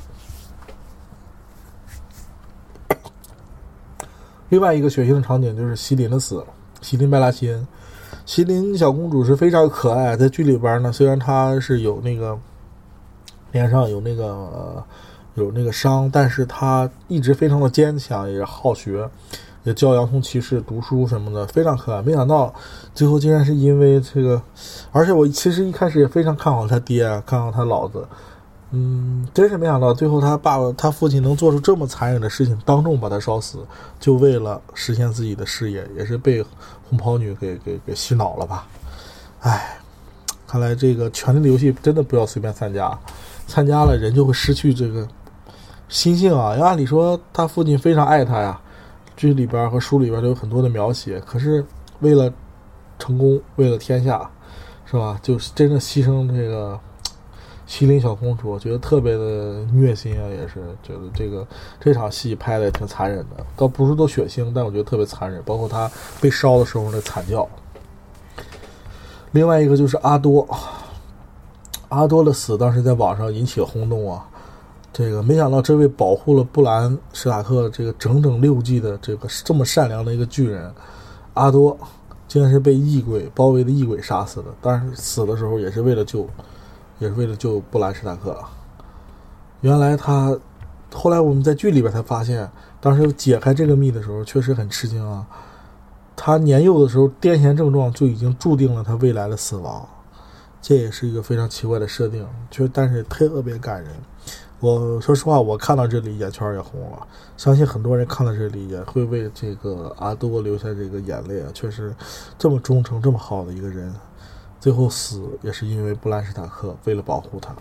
另外一个血腥的场景就是席琳的死，席琳·拜拉西恩。席琳小公主是非常可爱，在剧里边呢，虽然她是有那个脸上有那个、呃、有那个伤，但是他一直非常的坚强，也好学，也教洋葱骑士读书什么的，非常可爱。没想到最后竟然是因为这个，而且我其实一开始也非常看好他爹，看好他老子。嗯，真是没想到最后他爸爸他父亲能做出这么残忍的事情，当众把他烧死，就为了实现自己的事业，也是被红袍女给给给洗脑了吧。唉，看来这个权力的游戏真的不要随便参加，参加了人就会失去这个心性啊。按理说他父亲非常爱他呀，剧里边和书里边都有很多的描写，可是为了成功，为了天下，是吧，就真的牺牲这个西陵小公主，我觉得特别的虐心啊，也是觉得这个这场戏拍的也挺残忍的，倒不是多血腥，但我觉得特别残忍，包括他被烧的时候的惨叫。另外一个就是阿多，阿多的死当时在网上引起了轰动啊，这个没想到这位保护了布兰史塔克这个整整六季的这个这么善良的一个巨人阿多，竟然是被异鬼包围的异鬼杀死的，当然死的时候也是为了救也是为了救布兰史塔克。原来他后来我们在剧里边才发现，当时解开这个谜的时候确实很吃惊啊，他年幼的时候癫痫症状就已经注定了他未来的死亡，这也是一个非常奇怪的设定，却但是特别感人。我说实话，我看到这里眼圈也红了，相信很多人看到这里也会为这个阿多流下这个眼泪啊，确实这么忠诚这么好的一个人，最后死也是因为布兰史塔克为了保护他。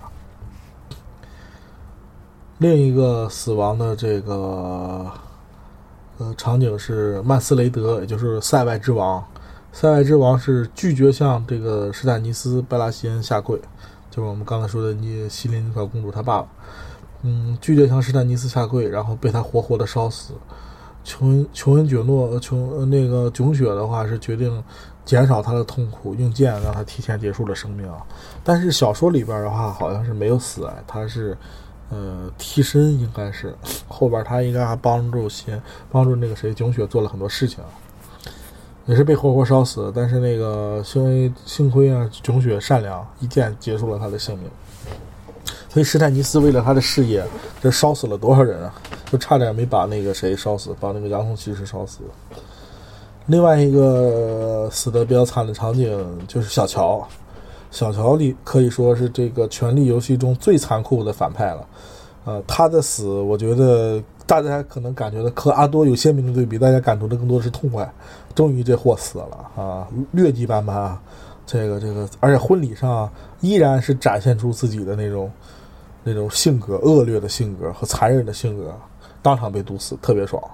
另一个死亡的这个呃场景是曼斯雷德，也就是塞外之王。塞外之王是拒绝向这个史坦尼斯拜拉西恩下跪，就是我们刚才说的你西林小公主她爸爸，嗯，拒绝向史坦尼斯下跪，然后被他活活的烧死。琼琼恩卷诺琼那个囧雪的话是决定减少他的痛苦，用剑让他提前结束了生命。但是小说里边的话好像是没有死，他是呃替身，应该是后边他应该还帮助先帮助那个谁囧雪做了很多事情，也是被活活烧死。但是那个幸幸亏啊囧雪善良，一剑结束了他的性命。所以史坦尼斯为了他的事业，这烧死了多少人啊？就差点没把那个谁烧死，把那个洋葱骑士烧死。另外一个死的比较惨的场景就是小乔，小乔里可以说是这个权力游戏中最残酷的反派了。呃，他的死，我觉得大家可能感觉的和阿多有鲜明的对比，大家感触的更多的是痛快。终于这货死了啊，劣迹斑斑啊，这个这个，而且婚礼上依然是展现出自己的那种那种性格，恶劣的性格和残忍的性格，当场被毒死，特别爽。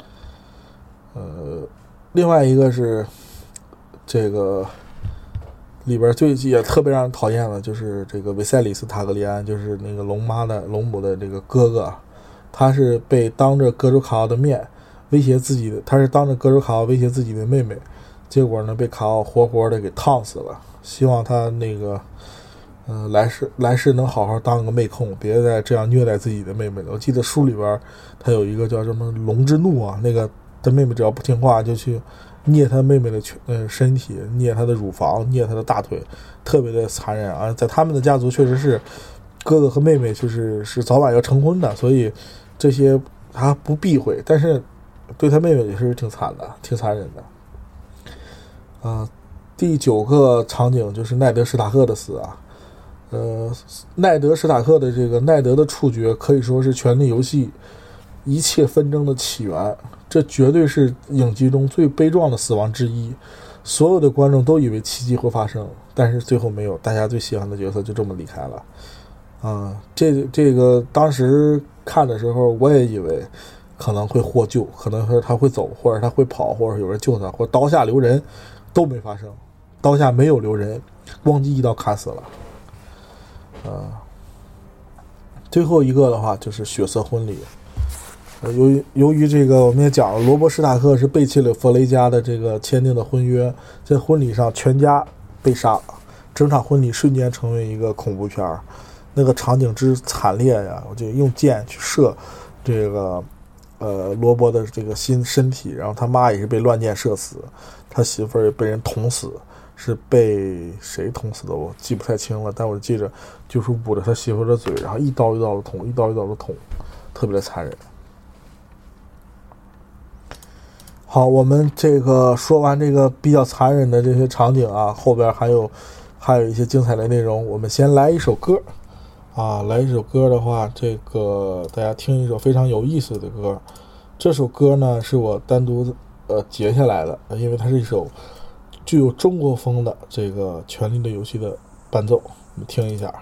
呃，另外一个是这个里边最也特别让人讨厌的，就是这个维塞里斯塔格利安，就是那个龙妈的龙母的这个哥哥，他是被当着格鲁卡奥的面威胁自己的，他是当着格鲁卡奥威胁自己的妹妹，结果呢被卡奥活活的给烫死了。希望他那个呃，来世来世能好好当个妹控，别再这样虐待自己的妹妹了。我记得书里边他有一个叫什么龙之怒啊，那个他妹妹只要不听话就去捏他妹妹的呃身体，捏他的乳房，捏他的大腿，特别的残忍啊。在他们的家族确实是哥哥和妹妹就是是早晚要成婚的，所以这些他不避讳，但是对他妹妹也是挺惨的，挺残忍的啊。第九个场景就是奈德史塔克的死啊。呃，奈德史塔克的这个奈德的处决可以说是权力游戏一切纷争的起源，这绝对是影集中最悲壮的死亡之一。所有的观众都以为奇迹会发生，但是最后没有，大家最喜欢的角色就这么离开了啊、呃！这这个当时看的时候，我也以为可能会获救，可能是他会走，或者他会跑，或者有人救他，或者刀下留人，都没发生。刀下没有留人，咣叽一刀砍死了。呃，最后一个的话就是血色婚礼。呃、由于由于这个我们也讲了，罗伯史塔克是背弃了弗雷家的这个签订的婚约，在婚礼上全家被杀，整场婚礼瞬间成为一个恐怖片，那个场景之惨烈呀！我就用箭去射这个呃罗伯的这个心身体，然后他妈也是被乱箭射死，他媳妇儿也被人捅死。 是被谁捅死的，我记不太清了，但我记着就是捂着他媳妇的嘴，然后一刀一刀的捅，一刀一刀的捅，特别的残忍。好，我们这个说完这个比较残忍的这些场景啊，后边还有还有一些精彩的内容。我们先来一首歌啊，来一首歌的话，这个大家听一首非常有意思的歌。这首歌呢是我单独呃截下来的，因为它是一首具有中国风的这个《权力的游戏》的伴奏，我们听一下。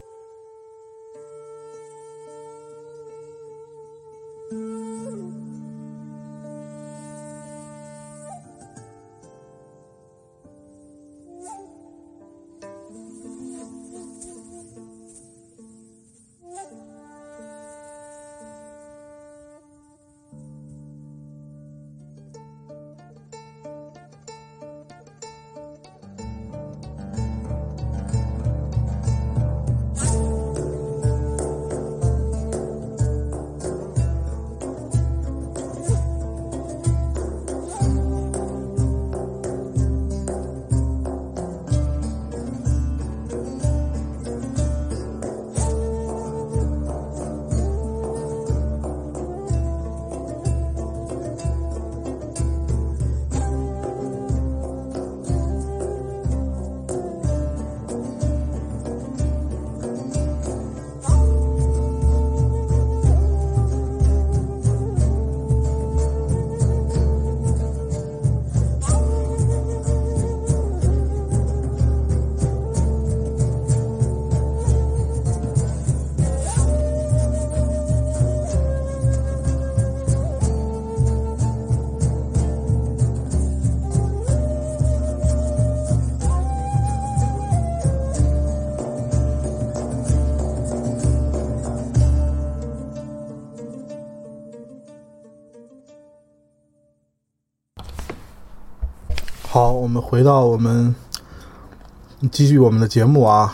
好，我们回到我们继续我们的节目啊。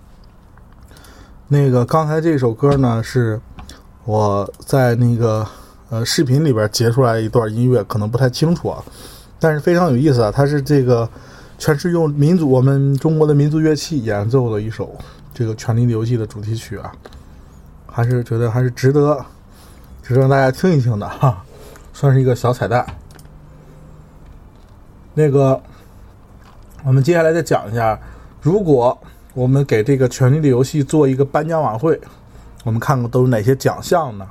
那个刚才这首歌呢，是我在那个呃视频里边截出来一段音乐，可能不太清楚啊，但是非常有意思啊。它是这个全是用民族我们中国的民族乐器演奏的一首这个《权力的游戏》的主题曲啊，还是觉得还是值得值得让大家听一听的哈，算是一个小彩蛋。那个我们接下来再讲一下，如果我们给这个《权力的游戏》做一个颁奖晚会，我们看看都有哪些奖项呢？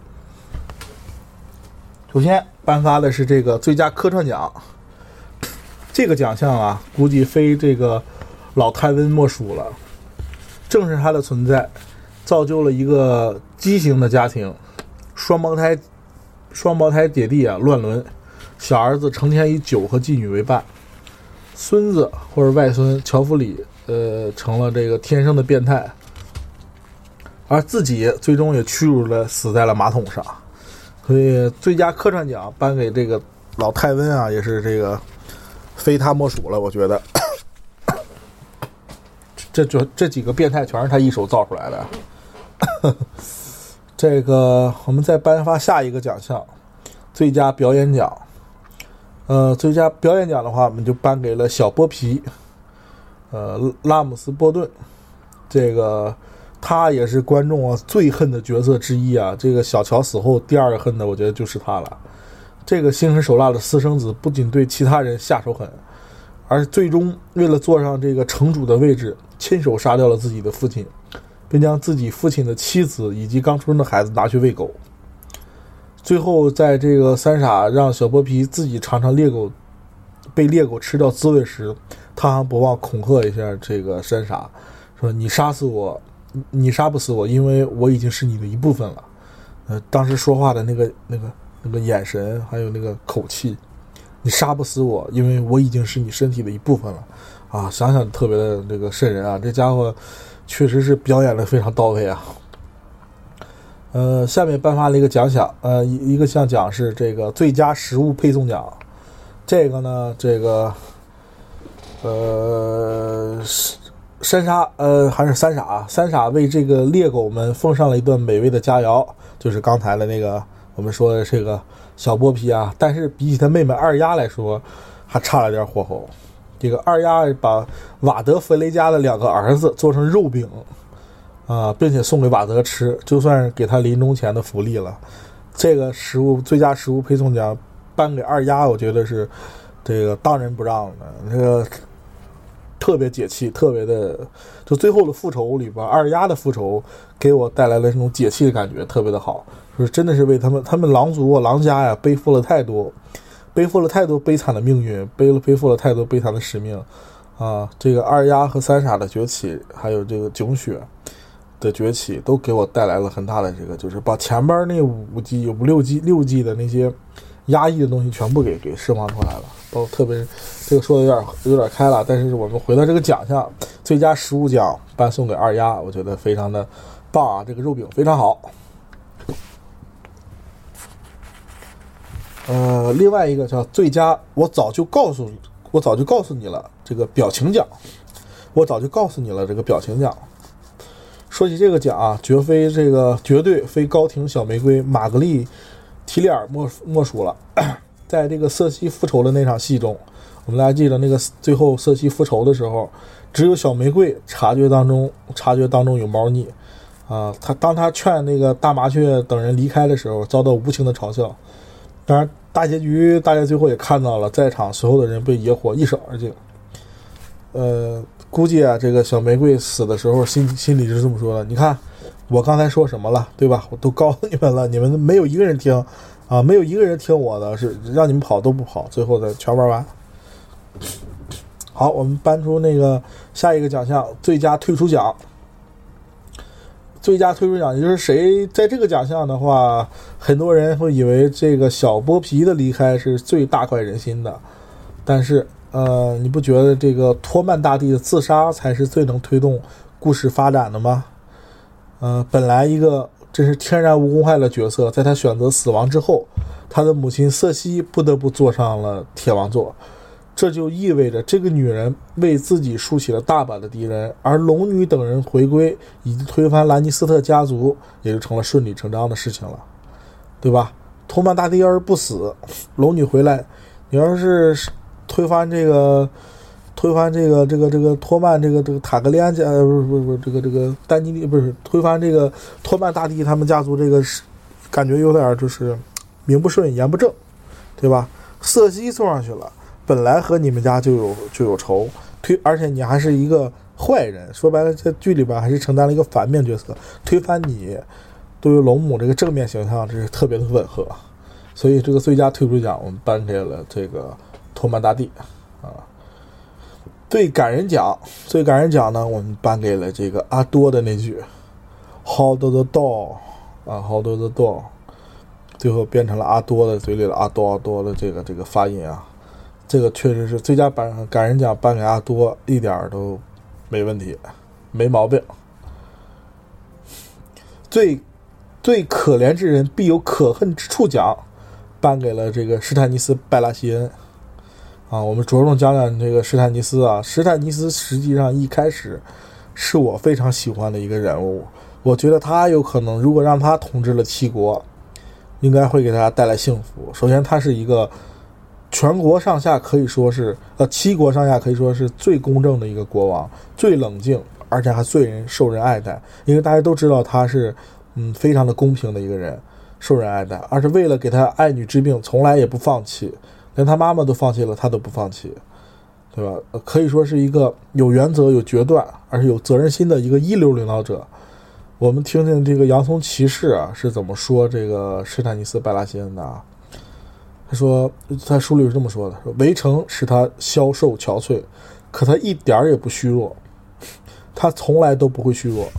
首先颁发的是这个最佳客串奖，这个奖项啊，估计非这个老泰温莫属了。正是它的存在，造就了一个畸形的家庭，双胞胎双胞胎姐弟啊乱伦，小儿子成天以酒和妓女为伴，孙子或者外孙乔弗里呃成了这个天生的变态，而自己最终也屈辱的死在了马桶上。所以最佳客串奖颁给这个老泰温啊，也是这个非他莫属了，我觉得。这就这几个变态全是他一手造出来的。这个我们再颁发下一个奖项，最佳表演奖。呃，最佳表演奖的话，我们就颁给了小波皮，呃，拉姆斯波顿。这个他也是观众啊最恨的角色之一啊。这个小乔死后，第二个恨的，我觉得就是他了。这个心狠手辣的私生子，不仅对其他人下手狠，而最终为了坐上这个城主的位置，亲手杀掉了自己的父亲，并将自己父亲的妻子以及刚出生的孩子拿去喂狗。最后在这个三傻让小波皮自己尝尝猎狗被猎狗吃掉滋味时，他还不忘恐吓一下这个三傻，说你杀死我，你杀不死我，因为我已经是你的一部分了。呃，当时说话的那个那个那个眼神还有那个口气，你杀不死我，因为我已经是你身体的一部分了啊！想想特别的这个瘆人啊，这家伙确实是表演的非常到位啊。呃，下面颁发了一个奖项，呃，一个项奖是这个最佳食物配送奖。这个呢，这个呃，三傻呃还是三傻啊，三傻为这个猎狗们奉上了一顿美味的佳肴，就是刚才的那个我们说的这个小剥皮啊。但是比起他妹妹二丫来说，还差了点火候。 这个二丫把瓦德弗雷加的两个儿子做成肉饼啊，并且送给瓦德吃，就算是给他临终前的福利了。这个食物最佳食物配送奖颁给二丫，我觉得是这个当仁不让的，这个特别解气，特别的，就最后的复仇里边，二丫的复仇给我带来了这种解气的感觉，特别的好，就是真的是为他们他们狼族啊狼家呀背负了太多。背负了太多悲惨的命运，背了背负了太多悲惨的使命，啊，这个二丫和三傻的崛起，还有这个囧雪的崛起，都给我带来了很大的这个，就是把前边那五季、五六季、六季的那些压抑的东西全部给给释放出来了。包括特别这个说的有点有点开了，但是我们回到这个奖项，最佳食物奖颁送给二丫，我觉得非常的棒啊，这个肉饼非常好。呃，另外一个叫最佳，我早就告诉我早就告诉你了，这个表情奖，我早就告诉你了，这个表情奖。说起这个奖啊，绝非这个绝对非高庭小玫瑰玛格丽提里尔莫莫属了。在这个瑟西复仇的那场戏中，我们大家记得那个最后瑟西复仇的时候，只有小玫瑰察觉当中察觉当中有猫腻啊，他当他劝那个大麻雀等人离开的时候，遭到无情的嘲笑。当然大结局大家最后也看到了，在场所有的人被野火一扫而尽。呃，估计啊，这个小玫瑰死的时候心心里是这么说的：你看我刚才说什么了，对吧？我都告诉你们了，你们没有一个人听啊，没有一个人听我的，是让你们跑都不跑，最后再全玩完。好，我们搬出那个下一个奖项，最佳退出奖。最佳退出奖，也就是谁在这个奖项的话，很多人会以为这个小剥皮的离开是最大快人心的，但是呃，你不觉得这个托曼大帝的自杀才是最能推动故事发展的吗？呃，本来一个真是天然无公害的角色，在他选择死亡之后，他的母亲瑟西不得不坐上了铁王座。这就意味着这个女人为自己竖起了大把的敌人，而龙女等人回归以及推翻兰尼斯特家族也就成了顺理成章的事情了，对吧？托曼大帝要是不死，龙女回来，你要是推翻这个推翻这个这个这个托曼这个这个塔格利安家呃不是不是不是这个这个丹尼利不是推翻这个托曼大帝他们家族，这个感觉有点就是名不顺言不正，对吧？瑟西坐上去了，本来和你们家就有就有仇，推而且你还是一个坏人，说白了在剧里边还是承担了一个反面角色，推翻你对于龙母这个正面形象这是特别的吻合，所以这个最佳退出奖我们颁给了这个托曼大帝啊。最感人奖最感人奖呢，我们颁给了这个阿多的那句 Hold the door 啊 Hold the door， 最后变成了阿多的嘴里的阿多阿多的这个这个发音啊。这个确实是最佳颁感人奖颁给阿多，一点都没问题，没毛病。最最可怜之人必有可恨之处奖颁给了这个施坦尼斯拜拉希恩啊。我们着重讲讲这个施坦尼斯啊。施坦尼斯实际上一开始是我非常喜欢的一个人物，我觉得他有可能如果让他统治了七国，应该会给大家带来幸福。首先他是一个全国上下可以说是呃七国上下可以说是最公正的一个国王，最冷静，而且还最人受人爱戴，因为大家都知道他是嗯非常的公平的一个人，受人爱戴，而且为了给他爱女之病从来也不放弃，连他妈妈都放弃了他都不放弃，对吧？可以说是一个有原则有决断而且有责任心的一个一流领导者。我们听听这个洋葱骑士啊是怎么说这个施坦尼斯拜拉希恩的啊。他说他书里是这么说的，说围城使他消瘦憔悴，可他一点也不虚弱，他从来都不会虚弱。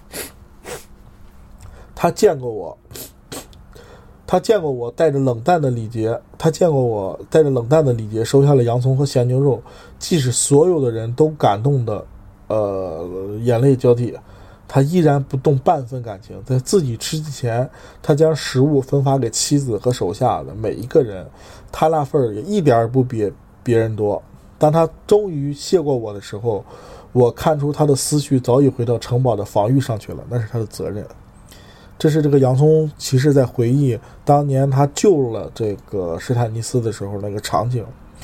他见过我他见过我带着冷淡的礼节他见过我带着冷淡的礼节收下了洋葱和咸牛肉，即使所有的人都感动的呃眼泪交替，他依然不动半分感情。在自己吃之前，他将食物分发给妻子和手下的每一个人，他那份也一点不比别人多。当他终于谢过我的时候，我看出他的思绪早已回到城堡的防御上去了，那是他的责任。这是这个洋葱骑士在回忆当年他救了这个施坦尼斯的时候那个场景。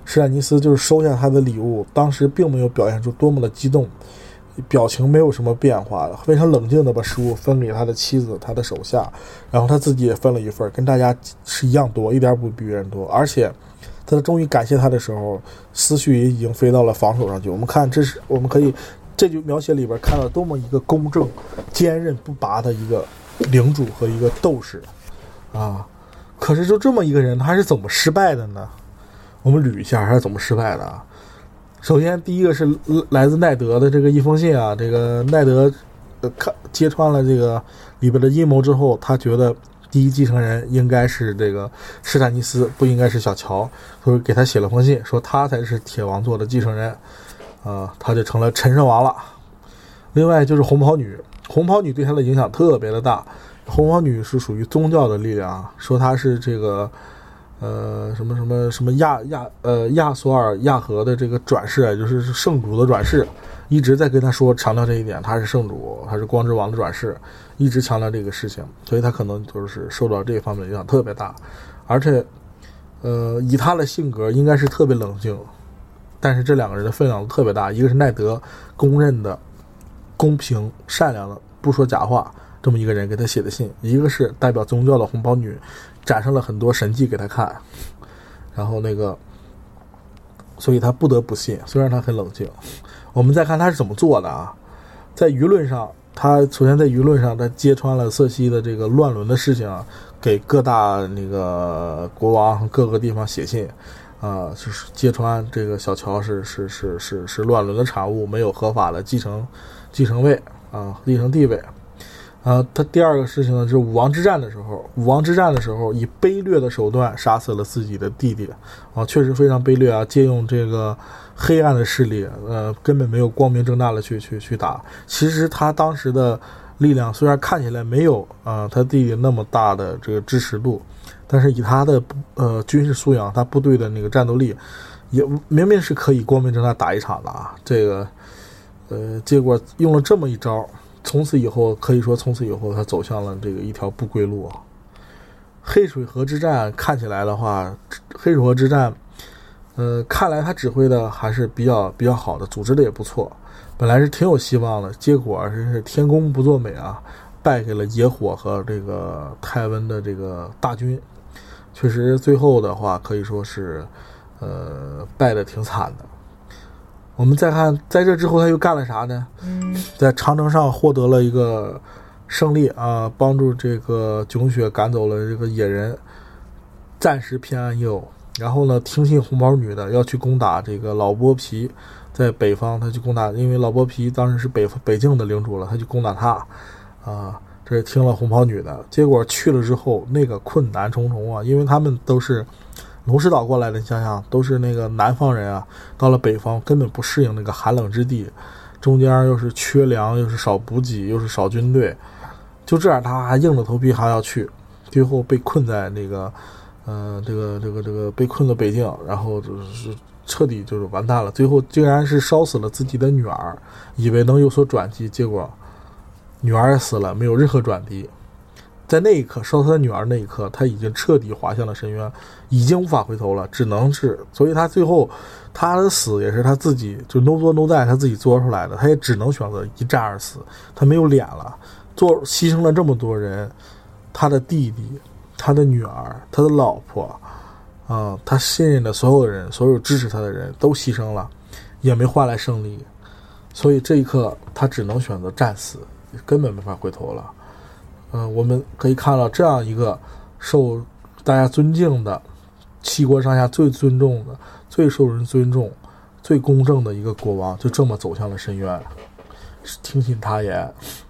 史坦尼斯就是收下他的礼物，当时并没有表现出多么的激动，表情没有什么变化，非常冷静的把食物分给他的妻子他的手下，然后他自己也分了一份，跟大家是一样多，一点不比别人多。而且他终于感谢他的时候，思绪也已经飞到了防守上去。我们看，这是我们可以这就描写里边看到多么一个公正坚韧不拔的一个领主和一个斗士啊！可是就这么一个人，他是怎么失败的呢？我们捋一下，他是怎么失败的啊？首先，第一个是来自奈德的这个一封信啊，这个奈德呃看揭穿了这个里边的阴谋之后，他觉得第一继承人应该是这个史坦尼斯，不应该是小乔，所以给他写了封信，说他才是铁王座的继承人，啊、呃，他就成了陈胜王了。另外就是红袍女，红袍女对他的影响特别的大。红袍女是属于宗教的力量啊，说她是这个。呃，什么什么什么亚亚呃亚索尔亚和的这个转世，也就是圣主的转世，一直在跟他说强调这一点，他是圣主，他是光之王的转世，一直强调这个事情，所以他可能就是受到这方面的影响特别大，而且呃以他的性格应该是特别冷静，但是这两个人的分量都特别大，一个是奈德公认的公平善良的不说假话这么一个人给他写的信，一个是代表宗教的红袍女展示了很多神迹给他看，然后那个所以他不得不信，虽然他很冷静。我们再看他是怎么做的啊，在舆论上，他首先在舆论上他揭穿了瑟西的这个乱伦的事情啊，给各大那个国王各个地方写信啊、呃，就是揭穿这个小乔是是是是是乱伦的产物，没有合法的继承继承位啊，继承地位。啊，他第二个事情呢，就是武王之战的时候，武王之战的时候，以卑劣的手段杀死了自己的弟弟，啊，确实非常卑劣啊！借用这个黑暗的势力，呃，根本没有光明正大的去去去打。其实他当时的力量虽然看起来没有啊、呃、他弟弟那么大的这个支持度，但是以他的呃军事素养，他部队的那个战斗力，也明明是可以光明正大打一场的啊！这个呃，结果用了这么一招。从此以后，可以说从此以后，他走向了这个一条不归路。黑水河之战看起来的话，黑水河之战，呃，看来他指挥的还是比较比较好的，组织的也不错，本来是挺有希望的，结果真是天公不作美啊，败给了野火和这个泰温的这个大军。确实，最后的话可以说是，呃，败得挺惨的。我们再看，在这之后他又干了啥呢？在长城上获得了一个胜利啊，帮助这个囧雪赶走了这个野人，暂时偏安一隅。然后呢，听信红袍女的要去攻打这个老剥皮，在北方他去攻打，因为老剥皮当时是北北境的领主了，他去攻打他啊。这是听了红袍女的，结果去了之后，那个困难重重啊，因为他们都是龙石岛过来的，你想想，都是那个南方人啊，到了北方根本不适应那个寒冷之地，中间又是缺粮，又是少补给，又是少军队，就这样他还硬着头皮还要去，最后被困在那个，呃，这个这个这个被困了北境，然后就是彻底就是完蛋了，最后竟然是烧死了自己的女儿，以为能有所转机，结果女儿也死了，没有任何转机。在那一刻，烧他的女儿那一刻，他已经彻底滑向了深渊，已经无法回头了，只能是，所以他最后他的死也是他自己就 no 作 no die 他自己做出来的，他也只能选择一战而死，他没有脸了，做牺牲了这么多人，他的弟弟，他的女儿，他的老婆，啊、呃，他信任的所有人，所有支持他的人都牺牲了，也没换来胜利，所以这一刻他只能选择战死，根本没法回头了。嗯、呃，我们可以看到这样一个受大家尊敬的七国上下最尊重的、最受人尊重、最公正的一个国王，就这么走向了深渊，听信他言。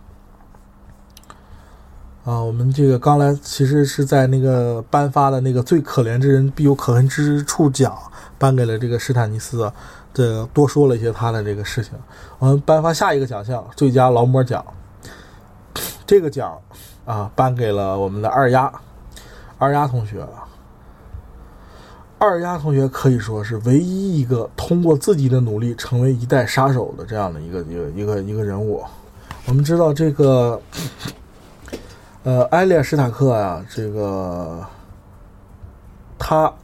啊，我们这个刚才其实是在那个颁发的那个最可怜之人必有可恨之处奖，颁给了这个史坦尼斯，这个多说了一些他的这个事情。我们颁发下一个奖项，最佳劳模奖。这个奖啊，颁给了我们的二丫，二丫同学。二丫同学可以说是唯一一个通过自己的努力成为一代杀手的这样的一个一个一个一个人物。我们知道这个，呃，埃利亚史塔克啊，这个他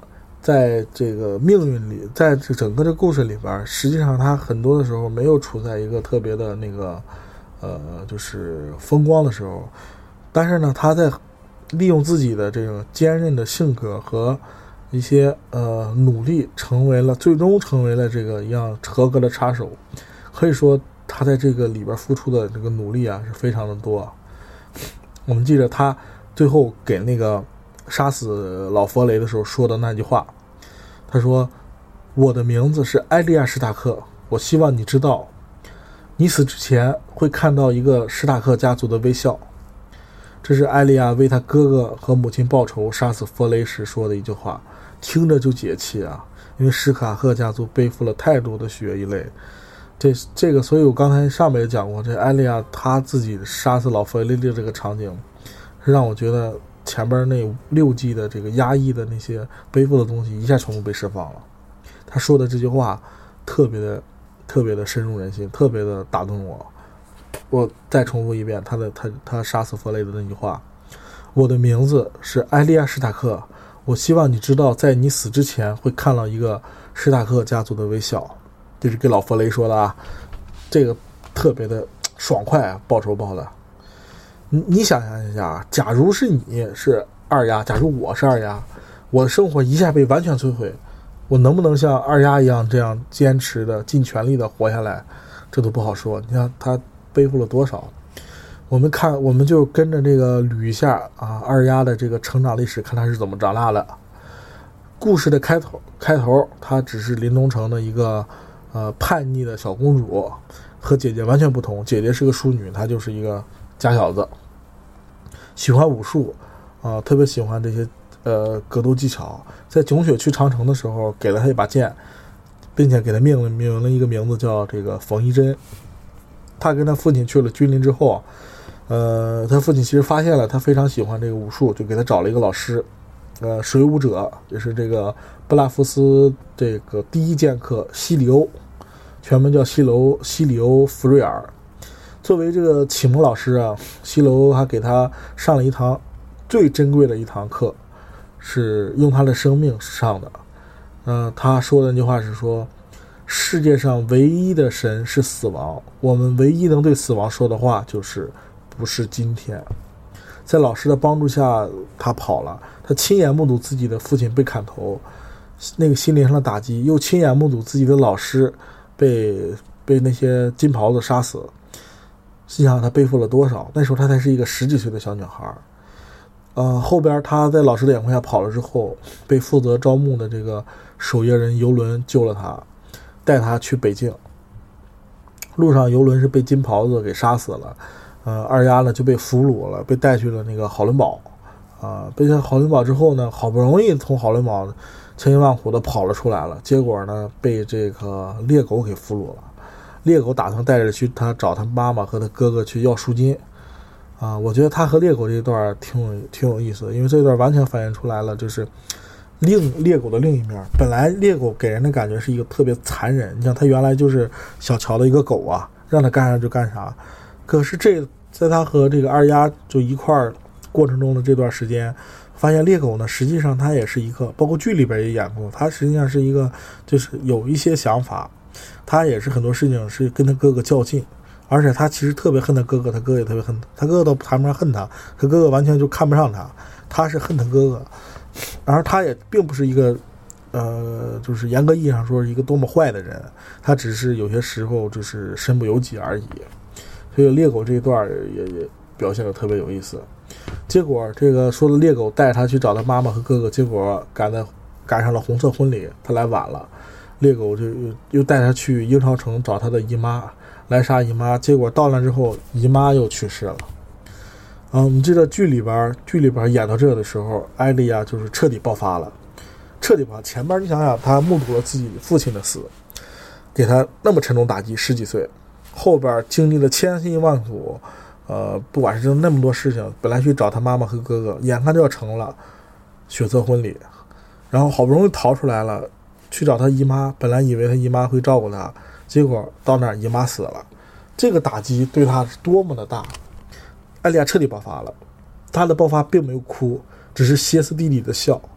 在这个命运里，在这整个这故事里边，实际上他很多的时候没有处在一个特别的那个呃就是风光的时候，但是呢他在利用自己的这个坚韧的性格和一些呃努力，成为了最终成为了这个一样合格的杀手。可以说他在这个里边付出的这个努力啊是非常的多。我们记着他最后给那个杀死老佛雷的时候说的那句话，他说：我的名字是埃利亚·史塔克，我希望你知道，你死之前会看到一个史塔克家族的微笑。这是埃利亚为他哥哥和母亲报仇杀死佛雷时说的一句话，听着就解气啊！因为史塔克家族背负了太多的血一泪。这这个，所以我刚才上面也讲过，这埃利亚他自己杀死老佛雷的这个场景，是让我觉得前边那六季的这个压抑的那些背负的东西一下全部被释放了。他说的这句话特别的特别的深入人心，特别的打动我。我再重复一遍他的他他杀死佛雷的那句话：我的名字是埃利亚·史塔克，我希望你知道，在你死之前会看到一个史塔克家族的微笑。这是给老佛雷说的啊，这个特别的爽快啊，报仇报的。你你想象一下，假如是你是二丫，假如我是二丫，我的生活一下被完全摧毁，我能不能像二丫一样这样坚持的尽全力的活下来，这都不好说。你看他背负了多少，我们看我们就跟着这个捋一下啊，二丫的这个成长历史，看他是怎么长大的。故事的开头开头她只是林东城的一个呃叛逆的小公主，和姐姐完全不同，姐姐是个淑女，她就是一个假小子，喜欢武术啊、呃，特别喜欢这些呃格斗技巧。在囧雪去长城的时候给了她一把剑，并且给她命了命了一个名字叫这个冯一真。他跟他父亲去了君临之后，呃，他父亲其实发现了他非常喜欢这个武术，就给他找了一个老师，呃，水舞者，也是这个布拉夫斯这个第一剑客西里欧，全名叫西楼西里欧福瑞尔。作为这个启蒙老师啊，西里欧还给他上了一堂最珍贵的一堂课，是用他的生命上的。嗯、呃，他说的那句话是说，世界上唯一的神是死亡，我们唯一能对死亡说的话就是不是今天。在老师的帮助下，他跑了，他亲眼目睹自己的父亲被砍头，那个心灵上的打击，又亲眼目睹自己的老师被被那些金袍子杀死。心想他背负了多少，那时候他才是一个十几岁的小女孩。呃，后边他在老师的眼光下跑了之后，被负责招募的这个守夜人游轮救了他，带他去北境。路上游轮是被金袍子给杀死了，呃，二丫呢就被俘虏了，被带去了那个好伦堡，啊、呃，被在好伦堡之后呢，好不容易从好伦堡千辛万苦的跑了出来了，结果呢被这个猎狗给俘虏了。猎狗打算带着去他找他妈妈和他哥哥去要赎金，啊、呃，我觉得他和猎狗这一段挺有挺有意思的，因为这段完全反映出来了，就是另猎狗的另一面。本来猎狗给人的感觉是一个特别残忍，你像他原来就是小乔的一个狗啊，让他干啥就干啥。可是这在他和这个二丫就一块儿过程中的这段时间，发现猎狗呢，实际上他也是一个，包括剧里边也演过，他实际上是一个就是有一些想法，他也是很多事情是跟他哥哥较劲，而且他其实特别恨他哥哥，他哥哥也特别恨他，他哥哥都谈不上恨他，他哥哥完全就看不上他，他是恨他哥哥。而他也并不是一个呃就是严格意义上说是一个多么坏的人，他只是有些时候就是身不由己而已。所以猎狗这一段也也表现得特别有意思。结果这个说的猎狗带他去找他妈妈和哥哥，结果赶在赶上了红色婚礼，他来晚了，猎狗就又又带他去鹰巢城找他的姨妈来杀姨妈，结果到那之后姨妈又去世了。嗯，我们记得剧里边剧里边演到这的时候，艾莉亚就是彻底爆发了，彻底爆发。前边你想想，他目睹了自己父亲的死，给他那么沉重打击，十几岁，后边经历了千辛万苦，呃，不管是那么多事情，本来去找他妈妈和哥哥，眼看就要成了血色婚礼，然后好不容易逃出来了，去找他姨妈，本来以为他姨妈会照顾他，结果到那儿姨妈死了，这个打击对他是多么的大。艾莉亚彻底爆发了，她的爆发并没有哭，只是歇斯底里的笑，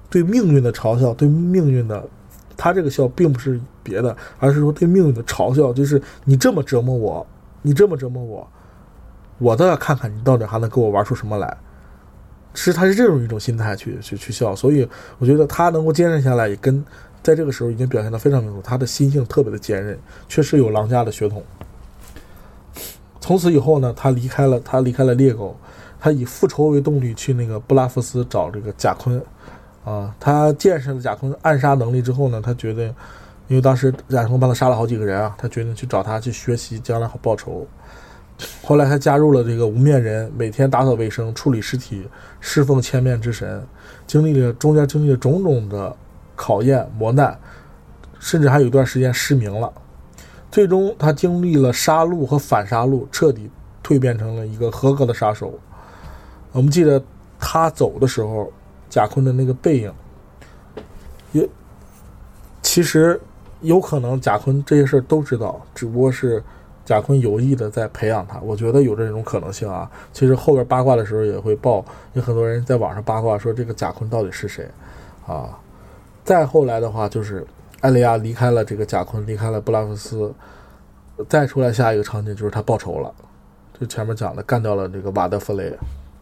对命运的嘲笑，对命运的，他这个笑并不是别的，而是说对命运的嘲笑，就是你这么折磨我，你这么折磨我，我都要看看你到底还能给我玩出什么来。其实他是这种一种心态去去去笑，所以我觉得他能够坚韧下来，也跟在这个时候已经表现得非常明楚，他的心性特别的坚韧，确实有狼家的血统。从此以后呢，他离开了他离开了猎狗，他以复仇为动力去那个布拉夫斯找这个贾昆啊。他见识了贾昆暗杀能力之后呢，他觉得因为当时贾昆帮他杀了好几个人啊，他决定去找他去学习，将来好报仇。后来他加入了这个无面人，每天打扫卫生，处理尸体，侍奉千面之神，经历了中间经历了种种的考验磨难，甚至还有一段时间失明了。最终他经历了杀戮和反杀戮，彻底蜕变成了一个合格的杀手。我们记得他走的时候，贾昆的那个背影，也其实有可能贾昆这些事都知道，只不过是贾昆有意的在培养他，我觉得有这种可能性啊。其实后边八卦的时候也会报，有很多人在网上八卦说这个贾昆到底是谁啊。再后来的话，就是艾利亚离开了这个贾昆，离开了布拉夫斯，再出来下一个场景就是他报仇了，就前面讲的干掉了这个瓦德弗雷。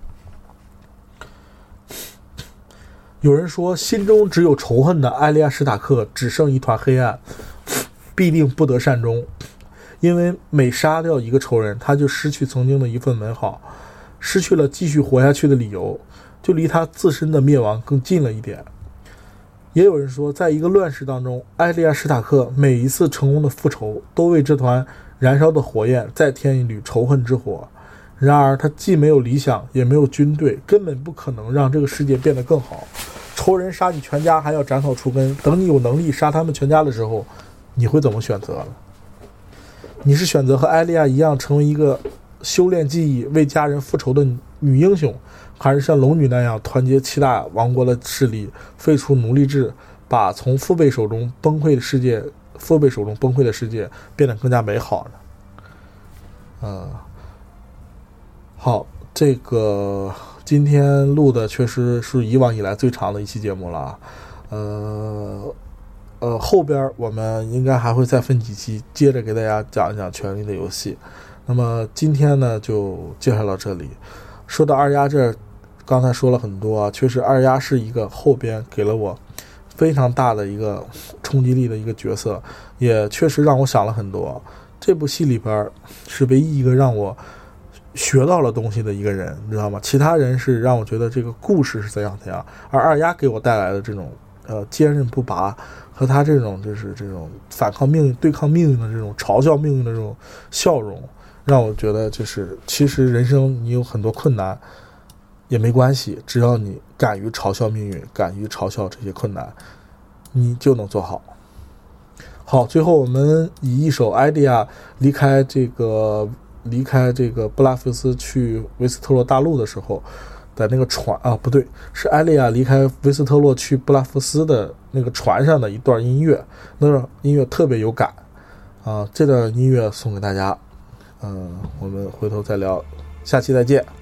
有人说心中只有仇恨的艾利亚史塔克只剩一团黑暗，必定不得善终。因为每杀掉一个仇人，他就失去曾经的一份美好，失去了继续活下去的理由，就离他自身的灭亡更近了一点。也有人说，在一个乱世当中，艾利亚史塔克每一次成功的复仇，都为这团燃烧的火焰再添一缕仇恨之火。然而他既没有理想，也没有军队，根本不可能让这个世界变得更好。仇人杀你全家还要斩草除根，等你有能力杀他们全家的时候，你会怎么选择呢？你是选择和艾利亚一样成为一个修炼技艺为家人复仇的女英雄，还是像龙女那样团结七大王国的势力，废除奴隶制，把从父辈手中崩溃的世界父辈手中崩溃的世界变得更加美好呢？嗯，好，这个今天录的确实是以往以来最长的一期节目了。呃呃，后边我们应该还会再分几期，接着给大家讲一讲《权力的游戏》。那么今天呢，就介绍到这里。说到二丫这，刚才说了很多啊，确实二丫是一个后边给了我非常大的一个冲击力的一个角色，也确实让我想了很多。这部戏里边是唯一一个让我学到了东西的一个人，你知道吗？其他人是让我觉得这个故事是怎样怎样，而二丫给我带来的这种呃坚韧不拔，和他这种就是这种反抗命运、对抗命运的这种嘲笑命运的这种笑容，让我觉得就是其实人生你有很多困难也没关系，只要你敢于嘲笑命运，敢于嘲笑这些困难，你就能做好。好，最后我们以一首艾利亚离开这个离开这个布拉夫斯去维斯特洛大陆的时候的那个船啊，不对，是艾利亚离开维斯特洛去布拉夫斯的那个船上的一段音乐，那段音乐特别有感啊，这段音乐送给大家。嗯，我们回头再聊，下期再见。